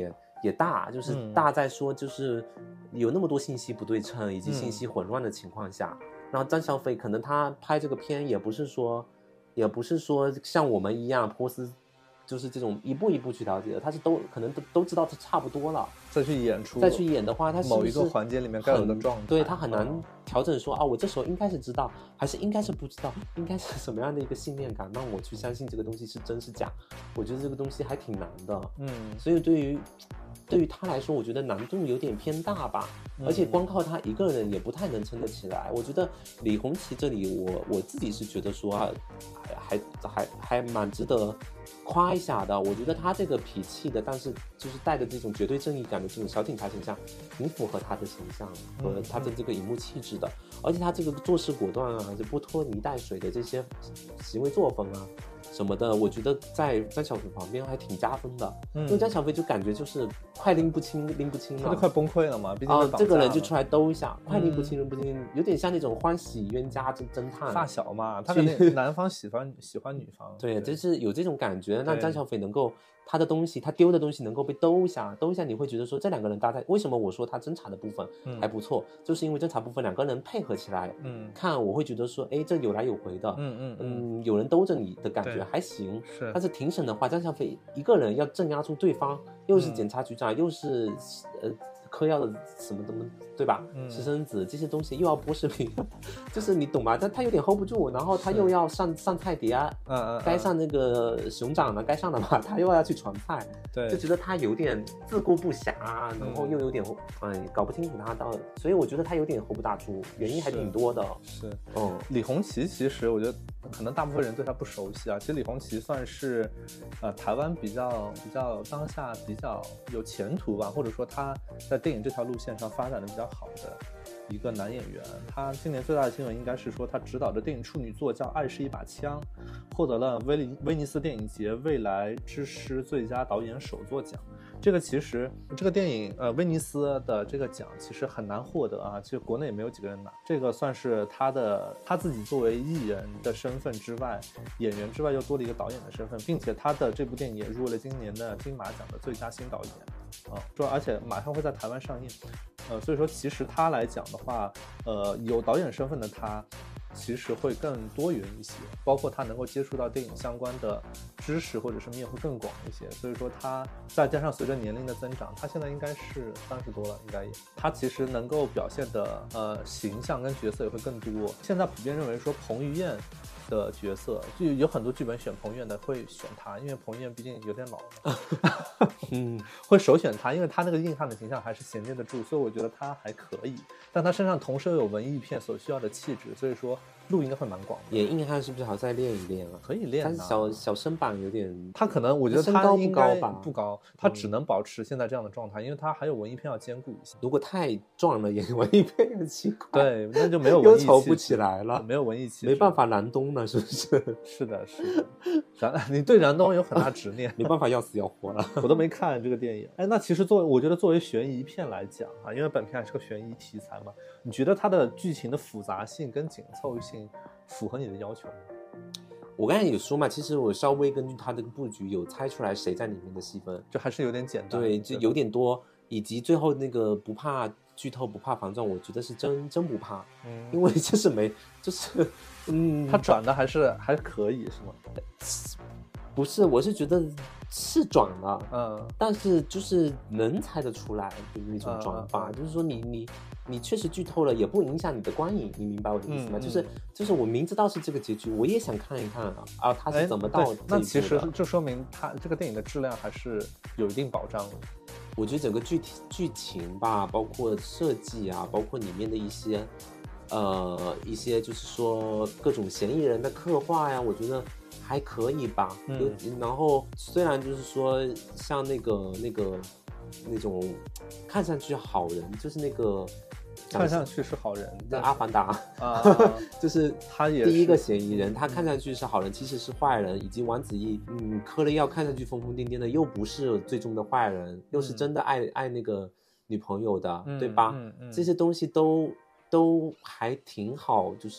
也大，就是大在说就是有那么多信息不对称以及信息混乱的情况下，然后张小斐可能他拍这个片也不是说像我们一样波斯就是这种一步一步去了解的，他是可能都知道这差不多了， 再去演出， 再去演的话，他是不是某一个环节里面该有的状态， 对，他很难调整说我这时候应该是知道，还是应该是不知道，应该是什么样的一个信念感让我去相信这个东西是真是假？我觉得这个东西还挺难的，所以对于他来说，我觉得难度有点偏大吧，而且光靠他一个人也不太能撑得起来。我觉得李红旗这里我自己是觉得说还蛮值得夸一下的。我觉得他这个痞气的，但是就是带着这种绝对正义感的这种小警察形象，挺符合他的形象和他的这个荧幕气质的。而且他这个做事果断啊，就不拖泥带水的这些行为作风啊什么的，我觉得在张小斐旁边还挺加分的，因为张小斐就感觉就是快拎不清了， 他就快崩溃了嘛，毕竟这个人就出来兜一下，快拎不清拎不清，有点像那种欢喜冤家侦探发小嘛，他跟男方喜欢女方， 对，就是有这种感觉，让张小斐能够他的东西，他丢的东西能够被兜一下，你会觉得说这两个人搭在，为什么我说他侦查的部分还不错，就是因为侦查部分两个人配合起来，看我会觉得说，哎，这有来有回的，有人兜着你的感觉还行， 是。 但是庭审的话，张小斐一个人要镇压住对方，又是检察局长，又是嗑药的什么对吧？私生子这些东西又要播视频，就是你懂吧？但他有点 hold 不住，然后他又要上菜碟啊，该上那个熊掌的该上的嘛，他又要去传菜， 对， 就觉得他有点自顾不暇，然后又有点搞不清楚他到，所以我觉得他有点 hold 不大住，原因还挺多的。 是，李红旗其实我觉得可能大部分人对他不熟悉啊，其实李红旗算是台湾比较当下比较有前途吧，或者说他在电影这条路线上发展的比较好的一个男演员。他今年最大的新闻应该是说他执导的电影处女作叫《爱是一把枪》，获得了威尼斯电影节未来之狮最佳导演首作奖。这个其实这个电影威尼斯的这个奖其实很难获得啊，其实国内也没有几个人拿。这个算是他自己作为艺人的身份之外，演员之外又多了一个导演的身份，并且他的这部电影也入了今年的金马奖的最佳新导演而且马上会在台湾上映，所以说其实他来讲的话，有导演身份的他其实会更多元一些，包括他能够接触到电影相关的知识或者是面会更广一些，所以说他再加上随着年龄的增长，他现在应该是30多了，应该也他其实能够表现的形象跟角色也会更多。现在普遍认为说彭于晏的角色，就有很多剧本选彭于晏的会选他，因为彭于晏毕竟有点老了会首选他，因为他那个硬汉的形象还是衔接得住，所以我觉得他还可以，但他身上同时又有文艺片所需要的气质，所以说路应该会蛮广的。 演硬汉是不是还要再练一练啊？ 可以练但是小身板有点， 他可能我觉得他应该不高，他只能保持现在这样的状态，因为他还有文艺片要兼顾一下。 如果太壮了，演文艺片很奇怪。 对，那就没有文艺气质， 又筹不起来了， 没有文艺气质， 没办法燃冬了，是不是？ 是的，你对燃冬有很大执念， 没办法要死要活了。 我都没看这个电影。那其实我觉得作为悬疑片来讲啊，因为本片还是个悬疑题材嘛，你觉得它的剧情的复杂性跟紧凑性符合你的要求吗？ 我刚才有说嘛，其实我稍微根据它的布局有猜出来谁在里面的戏份， 就还是有点简单， 对，就有点多，以及最后那个不怕剧透不怕防撞，我觉得是真不怕，因为他转的还可以是吗？ 不是，我是觉得是转了，但是就是能猜得出来的那种转法，就是说你确实剧透了，也不影响你的观影，你明白我的意思吗？就是我明知道是这个结局，我也想看一看啊，他是怎么到这一步的。 那其实就说明他这个电影的质量还是有一定保障的。 我觉得整个剧情吧，包括设计啊，包括里面的一些就是说各种嫌疑人的刻画呀，我觉得还可以吧。然后虽然就是说像那种看上去好人，就是那个看上去是好人， 那阿凡达就是他也第一个嫌疑人，他看上去是好人，其实是坏人，以及王子异嗑了药看上去疯疯癫癫的，又不是最终的坏人，又是真的爱那个女朋友的，对吧？这些东西都还挺好，就是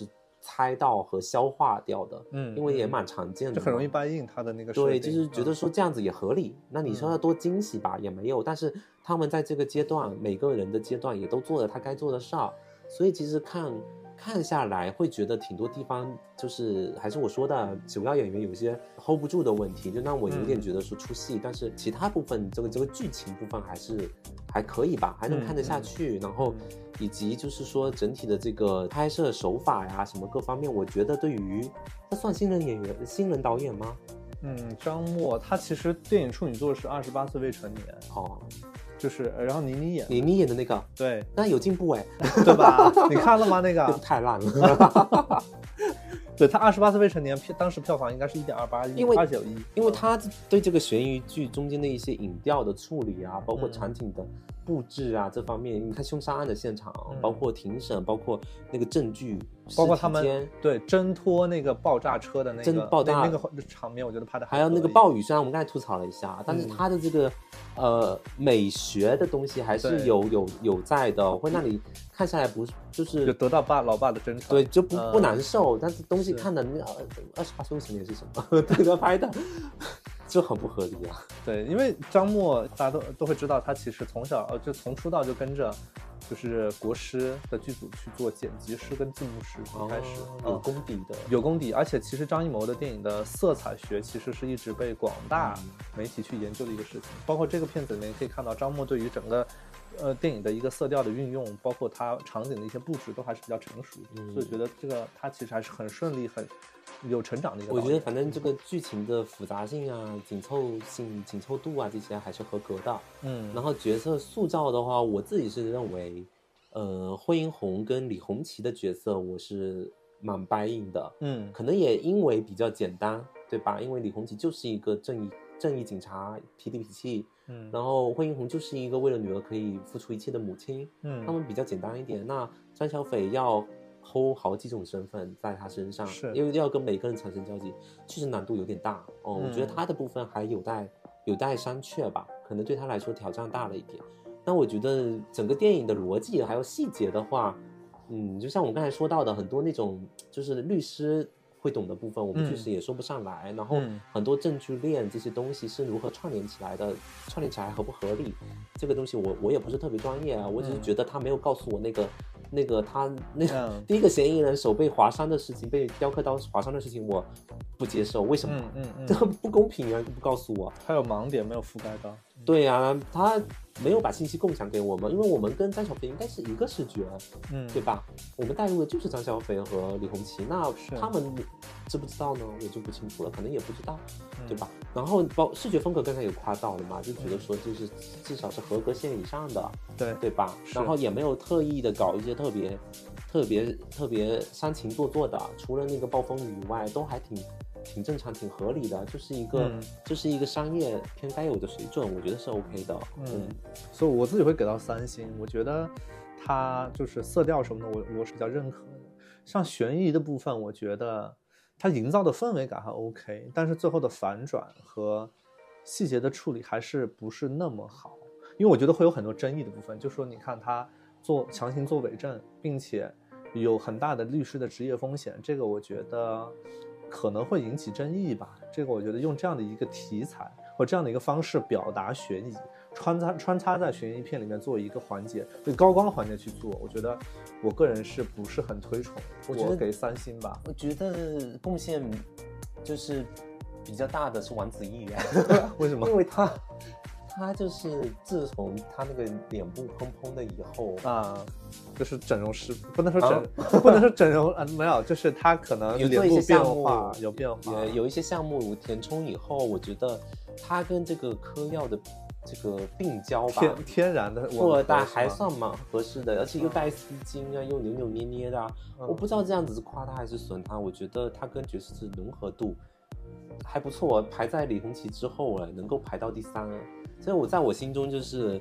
猜到和消化掉的，因为也蛮常见的， 就很容易buy in他的那个设定。 对，就是觉得说这样子也合理。那你说要多惊喜吧，也没有，但是他们在这个阶段，每个人的阶段也都做了他该做的事儿，所以其实看下来会觉得挺多地方就是还是我说的主要演员有些 hold 不住的问题，就让我有点觉得说出戏，但是其他部分这个剧情部分还可以吧，还能看得下去，然后以及就是说整体的这个拍摄手法呀什么各方面，我觉得对于他算新人导演吗？ 张默他其实电影处女作是28岁未成年哦， 就是然后倪妮演的那个， 对， 那有进步哎， 对吧？你看了吗？那个太烂了。 对，他28岁未成年，当时票房应该是1.28亿，291， 因为他对这个悬疑剧中间的一些影调的处理啊，包括场景的布置啊这方面，你看凶杀案的现场，包括庭审，包括那个证据， 包括他们对挣脱那个爆炸车的那个爆炸那个场面，我觉得拍的还有那个暴雨，虽然我们刚才吐槽了一下，但是他的这个美学的东西还是有在的，会让你看下来不就是有得到老爸的真传， 对，就不难受，但是东西看的那个28岁未成年是什么？这个拍的就很不合理啊。 对，因为张默大家都会知道，他其实从小就从出道就跟着就是国师的剧组去做剪辑师跟字幕师，开始有功底的， 有功底。而且其实张艺谋的电影的色彩学其实是一直被广大媒体去研究的一个事情，包括这个片子里面可以看到张默对于整个电影的一个色调的运用，包括它场景的一些布置都还是比较成熟的，所以觉得这个它其实还是很顺利、很有成长的一个。 我觉得反正这个剧情的复杂性啊、紧凑度啊这些还是合格的。然后角色塑造的话，我自己是认为，惠英红跟李红旗的角色我是蛮buy in的。可能也因为比较简单，对吧？因为李红旗就是一个正义警察，痞里痞气。然后惠英红就是一个为了女儿可以付出一切的母亲。他们比较简单一点。那张小斐要 hold 好几种身份在他身上，因为要跟每个人产生交集，确实难度有点大。我觉得他的部分还有待商榷吧，可能对他来说挑战大了一点。但我觉得整个电影的逻辑还有细节的话，就像我们刚才说到的很多那种就是律师会懂的部分，我们确实也说不上来。然后很多证据链这些东西是如何串联起来的，串联起来合不合理，这个东西我也不是特别专业啊，我只是觉得他没有告诉我那个他那个第一个嫌疑人手被划伤的事情，被雕刻刀划伤的事情，我不接受，为什么？这很不公平啊！不告诉我， 他有盲点没有覆盖到。 对啊，他没有把信息共享给我们，因为我们跟张小斐应该是一个视觉，对吧？我们带入的就是张小斐和李红旗，那他们知不知道呢？我就不清楚了，可能也不知道，对吧？然后视觉风格刚才有夸到了嘛，就觉得说就是至少是合格线以上的，对吧？然后也没有特意的搞一些特别煽情做作的，除了那个暴风雨以外，都还挺正常、挺合理的，就是一个商业片该有的水准，我觉得是 OK 的。 所以我自己会给到3星，我觉得它就是色调什么的，我是比较认可的。像悬疑的部分，我觉得它营造的氛围感还 OK， 但是最后的反转和细节的处理还是不是那么好，因为我觉得会有很多争议的部分，就说你看他强行做伪证，并且有很大的律师的职业风险，这个我觉得可能会引起争议吧。这个我觉得用这样的一个题材或这样的一个方式表达悬疑，穿插在悬疑片里面做一个环节，对高光环节去做，我觉得我个人是不是很推崇，我给3星吧。 我觉得贡献就是比较大的是王子异啊。 为什么？ 因为他就是自从他那个脸部砰砰的以后啊，就是整容师，不能说整容没有，就是他可能有脸部变化有变化， 有一些项目填充以后，我觉得他跟这个嗑药的这个病娇吧， 天然的富二代还算蛮合适的，而且又带丝巾啊，又扭扭捏捏的我不知道这样子是夸他还是损他，我觉得他跟爵士融合度还不错，排在李红旗之后了，能够排到第3，所以在我心中就是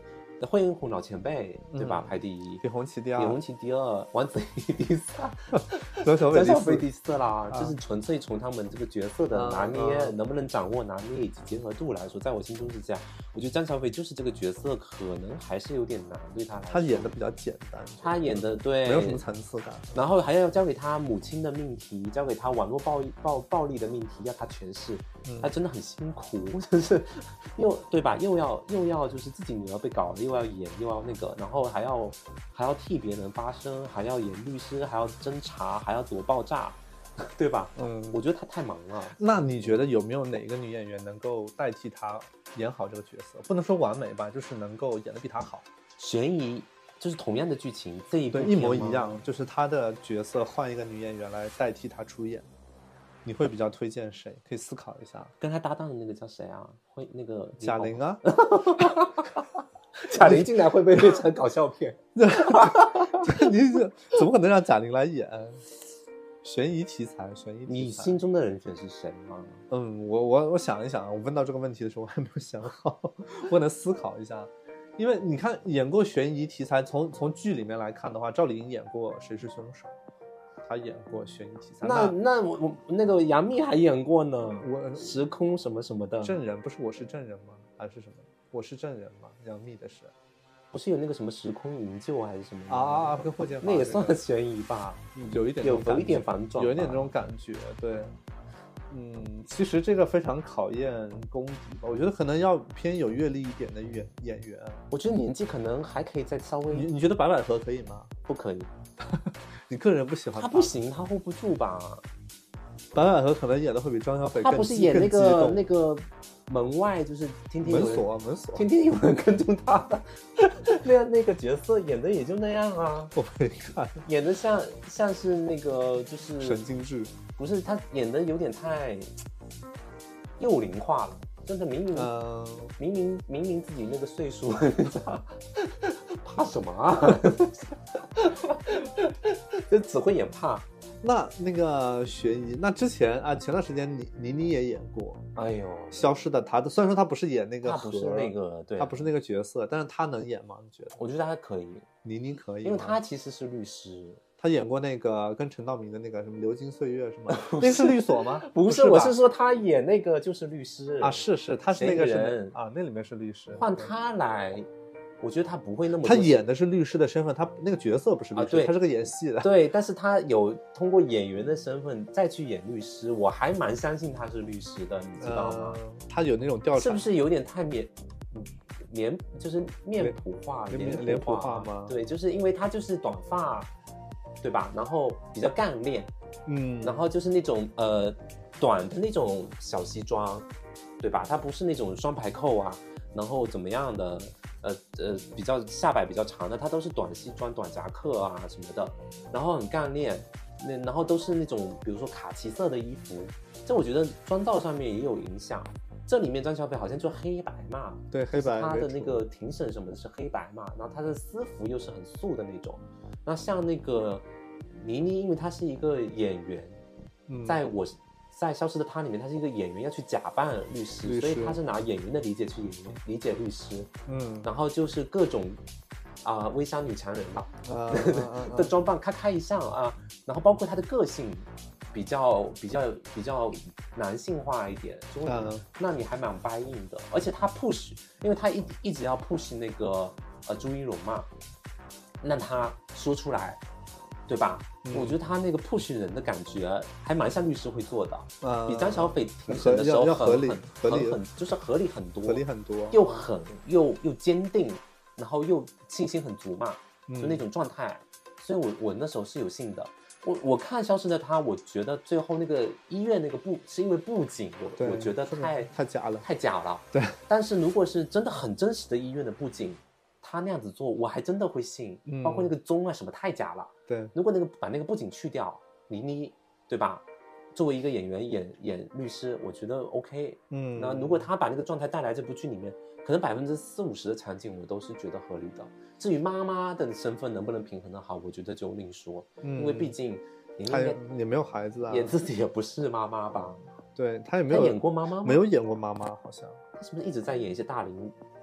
惠恩红老前辈，对吧？排第一， 李红旗第二， 李红旗第二，王子异第三， 张小张小斐斐第四啦。就是纯粹从他们这个角色的拿捏，能不能掌握拿捏以及结合度来说，在我心中是这样。我觉得张小斐就是这个角色可能还是有点难，对他来说。 他演的比较简单， 他演的对， 没有什么层次感。 然后还要交给他母亲的命题，交给他网络暴力的命题，要他诠释，他真的很辛苦，就是对吧？又要就是自己女儿被搞了，又要演，又要那个，然后还要替别人发声，还要演律师，还要侦查，还要躲爆炸，对吧？我觉得他太忙了。 那你觉得有没有哪个女演员能够代替他演好这个角色？不能说完美吧，就是能够演得比他好。 悬疑就是同样的剧情，这一部对一模一样，就是他的角色换一个女演员来代替他出演，你会比较推荐谁？可以思考一下。 跟他搭档的那个叫谁啊？会那个贾玲啊。 贾玲进来会不会变成搞笑片？ 你怎么可能让贾玲来演？悬疑题材。 你心中的人选是谁吗？ 我想一想，我问到这个问题的时候我还没有想好，我能思考一下。因为你看演过悬疑题材，从剧里面来看的话，赵丽颖演过《谁是凶手》，她演过悬疑题材。 那我那个杨幂还演过呢， 我时空什么什么的。 证人不是我是证人吗？还是什么？我是证人吗？杨幂的是。 不是有那个什么时空营救还是什么啊？跟霍建华那也算悬疑吧， 有一点反转， 有一点这种感觉，对。其实这个非常考验功底吧，我觉得可能要偏有阅历一点的演员。 我觉得年纪可能还可以再稍微。 你觉得白百合可以吗？ 不可以。 你个人不喜欢他？不行，他 hold 不住吧？ 白百合可能演的会比张小斐更。 他不是演那个门外，就是天天有人门锁， 天天有人跟踪他，那个角色演的也就那样啊。 我没看， 演的像是那个就是神经质。 不是，他演的有点太幼龄化了，真的明明自己那个岁数，怕什么啊？就只会演怕。 那个悬疑，那之前啊，前段时间倪妮也演过， 哎呦， 消失的她，虽然说她不是演那个， 她不是那个，对， 她不是那个角色，但是她能演吗？你觉得？ 我觉得她可以， 倪妮可以， 因为她其实是律师， 她演过那个跟陈道明的那个什么《流金岁月》是吗？那是律所吗？ 不是，我是说她演那个就是律师啊，是，她是那个人啊，那里面是律师， 换她来。我觉得他不会那么， 他演的是律师的身份，他那个角色不是律师，他是个演戏的。 对，但是他有通过演员的身份再去演律师，我还蛮相信他是律师的，你知道吗？ 他有那种调查， 是不是有点太就是面谱化， 脸谱化吗？ 对，就是因为他就是短发，对吧？然后比较干练，然后就是那种短的那种小西装，对吧？他不是那种双排扣啊，然后怎么样的。比较下摆比较长的，它都是短西装、短夹克啊什么的，然后很干练，然后都是那种比如说卡其色的衣服，这我觉得妆造上面也有影响。这里面张小斐好像就黑白嘛， 对，黑白， 他的那个庭审什么的是黑白嘛，然后他的私服又是很素的那种。那像那个倪妮，因为她是一个演员，在消失的她里面，她是一个演员，要去假扮律师，所以她是拿演员的理解去理解律师，然后就是各种微商女强人的装扮，咔咔一上啊，然后包括她的个性比较男性化一点，那你还蛮 buy in 的，而且她 push， 因为她一直要 push 那个朱一龙嘛，那她说出来。对吧？我觉得他那个 push 人的感觉还蛮像律师会做的，比张小斐庭审的时候合理， 就是合理很多，又狠又坚定，然后又信心很足嘛，就那种状态。所以我那时候是有信的。我看《消失的她》，我觉得最后那个医院那个是因为布景，我觉得太假了， 太假了。 对， 但是如果是真的很真实的医院的布景。他那样子做，我还真的会信，包括那个钟啊什么太假了。 对， 如果把那个布景去掉，倪妮，对吧？作为一个演员演律师，我觉得 OK。那如果他把那个状态带来这部剧里面，可能40-50%的场景我都是觉得合理的。至于妈妈的身份能不能平衡的好，我觉得就另说。因为毕竟他也没有孩子啊， 演自己也不是妈妈吧？ 对，他也没有演过妈妈吗？ 没有演过妈妈，好像。 他是不是一直在演一些大龄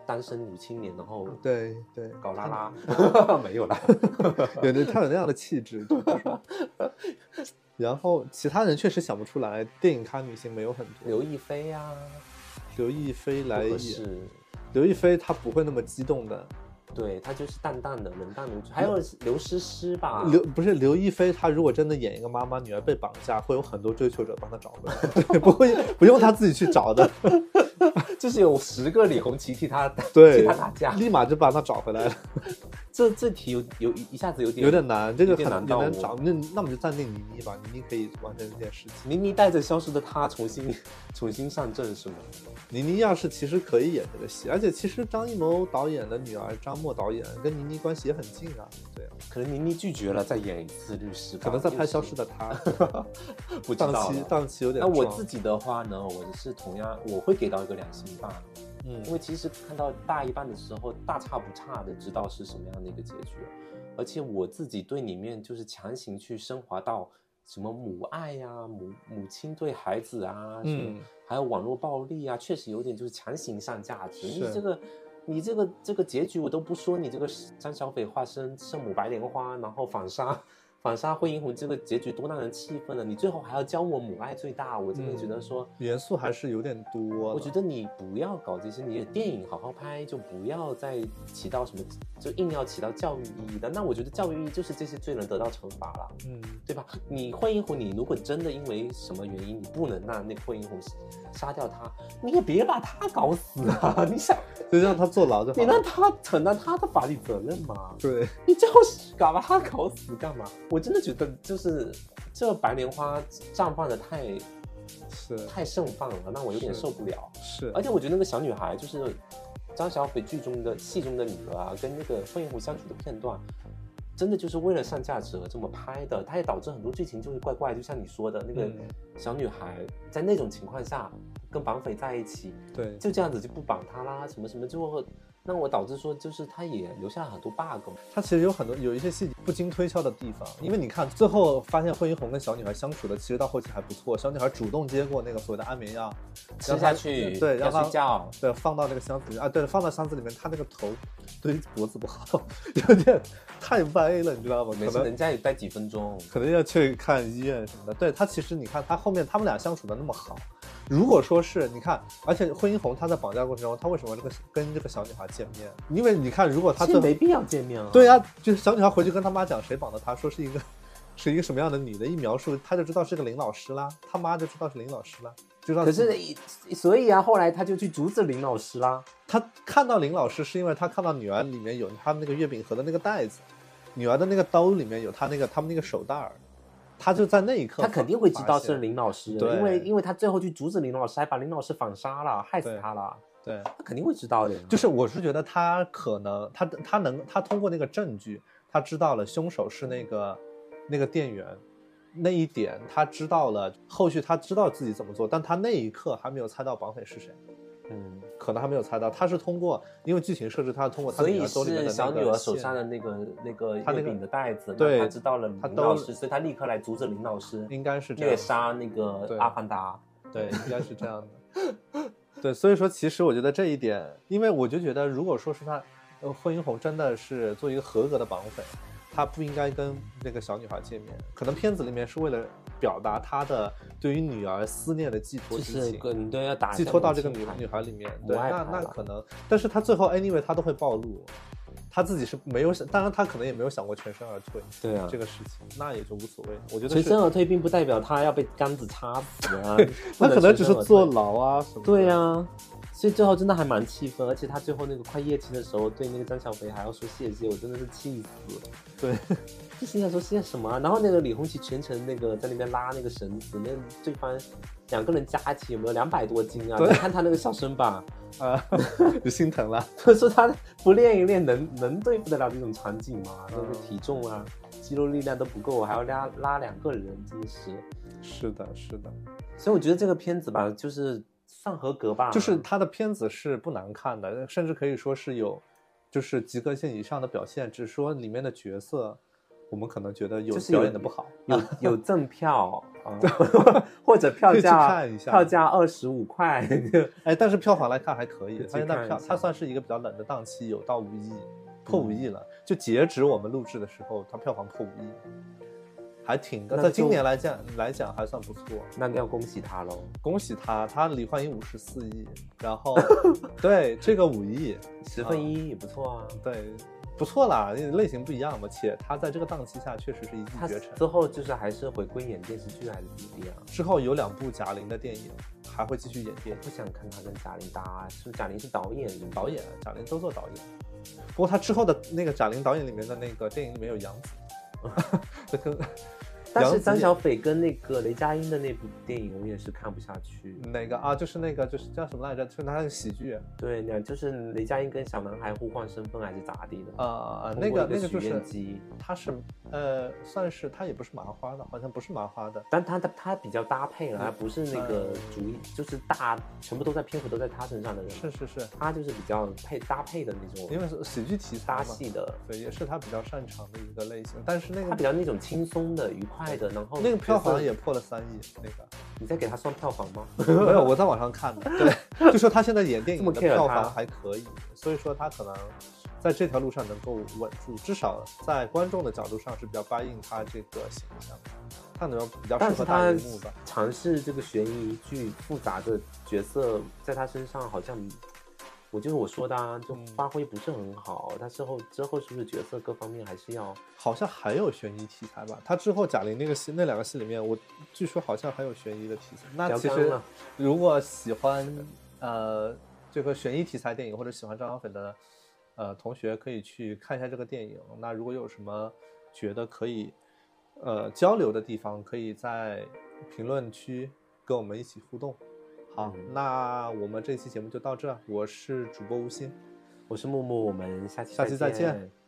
单身女青年，然后对对， 搞拉拉，没有啦， 他有那样的气质，就是说然后其他人确实想不出来，电影咖女星没有很多， 刘亦菲啊， 刘亦菲来演， 是刘亦菲她不会那么激动的。 对，她就是淡淡的冷淡如水，还有刘诗诗吧， 不是刘亦菲，她如果真的演一个妈妈女儿被绑架，会有很多追求者帮她找回来，对，不用她自己去找的， 就是有10个李红旗替她打架， 立马就把她找回来了。 这题有一下子有点难，这个很难到难找。那么就暂定倪妮吧，倪妮可以完成这件事情。 倪妮带着消失的她重新上阵是吗？ 倪妮要是其实可以演这个戏，而且其实张艺谋导演的女儿张默导演跟倪妮关系也很近啊。对啊， 可能倪妮拒绝了再演一次律师吧， 可能在拍《消失的她》 不知道档期有点那撞。 我自己的话呢，我是同样我会给到一个2星半。因为其实看到大一半的时候，大差不差的知道是什么样的一个结局，而且我自己对里面就是强行去升华到什么母爱呀、母亲对孩子啊，还有网络暴力啊，确实有点就是强行上价值。你这个结局我都不说，你这个张小斐化身圣母白莲花，然后反杀惠英红，这个结局多让人气愤了！你最后还要教我母爱最大，我真的觉得说元素还是有点多。 我觉得你不要搞这些，你的电影好好拍，就不要再起到什么，就硬要起到教育意义的。那我觉得教育意义就是这些罪人得到惩罚了，对吧？你惠英红，你如果真的因为什么原因，你不能让那个惠英红杀掉他，你也别把他搞死啊！你想， 就让他坐牢就好， 你让他承担他的法律责任嘛？ 对， 你就是把他搞死干嘛？我真的觉得就是这白莲花绽放的太盛放了，让我有点受不了。 是， 而且我觉得那个小女孩就是张小斐戏中的女儿啊，跟那个惠英红相处的片段，真的就是为了上价值而这么拍的，它也导致很多剧情就是怪怪，就像你说的那个小女孩在那种情况下跟绑匪在一起， 对， 就这样子就不绑她啦，什么什么就会。让我导致说，就是他也留下了很多 bug。 他其实有一些细节不经推敲的地方，因为你看最后发现惠英红跟小女孩相处的，其实到后期还不错。小女孩主动接过那个所谓的安眠药， 吃下去， 对，让他睡觉， 对，放到那个箱子里面啊，对，放到箱子里面，他那个头对脖子不好，有点太歪了，你知道吗？ 没事，人家也待几分钟， 可能要去看医院什么的。对他其实你看他后面他们俩相处的那么好。如果说是你看，而且惠英红她在绑架过程中，她为什么跟这个小女孩见面？因为你看，如果她最后没必要见面啊。 对啊，就是小女孩回去跟她妈讲谁绑的她，说是一个什么样的女的，一描述她就知道是个林老师啦，她妈就知道是林老师啦，就知道。 可是所以啊，后来她就去阻止林老师啦。 她看到林老师是因为她看到女儿里面有他们那个月饼盒的那个袋子，女儿的那个兜里面有他们那个手袋。他就在那一刻， 他肯定会知道是林老师， 对， 因为他最后去阻止林老师，还把林老师反杀了，害死他了。 对， 他肯定会知道的。 就是我是觉得他可能他通过那个证据，他知道了凶手是那个店员，那一点他知道了，后续他知道自己怎么做，但他那一刻还没有猜到绑匪是谁。可能还没有猜到，他是通过，因为剧情设置，他是通过他女儿兜里面的那个， 所以是小女儿手上的那个月饼的袋子， 对， 他知道了林老师，所以他立刻来阻止林老师， 应该是这样虐杀那个阿凡达， 对，应该是这样的。对，所以说其实我觉得这一点，因为我就觉得，如果说是他，惠英红真的是做一个合格的绑匪，他不应该跟那个小女孩见面，可能片子里面是为了表达他的对于女儿思念的寄托之情， 对，要打寄托到这个女孩里面，对，那可能，但是他最后 anyway 他都会暴露，他自己是没有想，当然他可能也没有想过全身而退， 对啊， 这个事情那也就无所谓。我觉得全身而退并不代表他要被杆子插死啊， 他可能只是坐牢啊什么的。 对啊，所以最后真的还蛮气愤，而且他最后那个快咽气的时候，对那个张小斐还要说谢谢，我真的是气死了。 对， 就心想说谢谢什么啊？然后那个李红旗全程那个在那边拉那个绳子，那对方2个人加一起有没有200多斤啊？你看他那个小身板啊，就心疼了。 说他不练一练能对付得了这种场景吗？那个体重啊、肌肉力量都不够，还要拉2个人，真的是。 是的，是的。 所以我觉得这个片子吧，就是算合格吧。 就是他的片子是不难看的，甚至可以说是有就是及格线以上的表现，只是说里面的角色我们可能觉得有表演的不好， 有赠票， 或者票可以去价看一下票价25块， 哎，但是票房来看还可以， 去它现在看一下它算是一个比较冷的档期，有到5亿，破5亿了。就截止我们录制的时候，它票房破5亿，还挺那在今年来讲还算不错。 那要恭喜他喽！ 恭喜他，他李焕英54亿，然后对这个5亿 10分1也不错啊。 对，不错啦，类型不一样嘛，且他在这个档期下确实是一骑他绝尘。 之后就是还是回归演电视剧还是怎么样？ 之后有2部贾玲的电影，还会继续演电影。 不想看他跟贾玲搭，是贾玲是导演， 导演贾玲都做导演，不过他之后的那个贾玲导演里面的那个电影里面有杨紫，这跟但是张小斐跟那个雷佳音的那部电影我也是看不下去。 哪个啊？就是那个就是叫什么来着？就是他的喜剧。 对，就是雷佳音跟小男孩互换身份还是咋地的？ 那个就是许愿机他是算是他也不是麻花的，好像不是麻花的， 但他比较搭配了，他不是那个就是全部都在篇幅都在他身上的人。 是， 他就是比较搭配的那种， 因为是喜剧题材搭戏的， 对，也是他比较擅长的一个类型。但是那个他比较那种轻松的、愉快的，然后那个票房也破了3亿。那个你在给他算票房吗？ 没有，我在网上看的。对，就说他现在演电影的票房还可以，所以说他可能在这条路上能够稳住，至少在观众的角度上是比较答应他这个形象，他能比较适合大荧幕吧。 尝试这个悬疑剧复杂的角色，在他身上好像，我说的啊，就发挥不是很好。他之后是不是角色各方面还是要？ 好像还有悬疑题材吧？他之后贾玲那2个戏里面，我据说好像还有悬疑的题材。那其实如果喜欢这个悬疑题材电影或者喜欢张小斐的同学，可以去看一下这个电影。那如果有什么觉得可以交流的地方，可以在评论区跟我们一起互动。好，那我们这期节目就到这。我是主播吴昕， 我是木木，我们下期再见。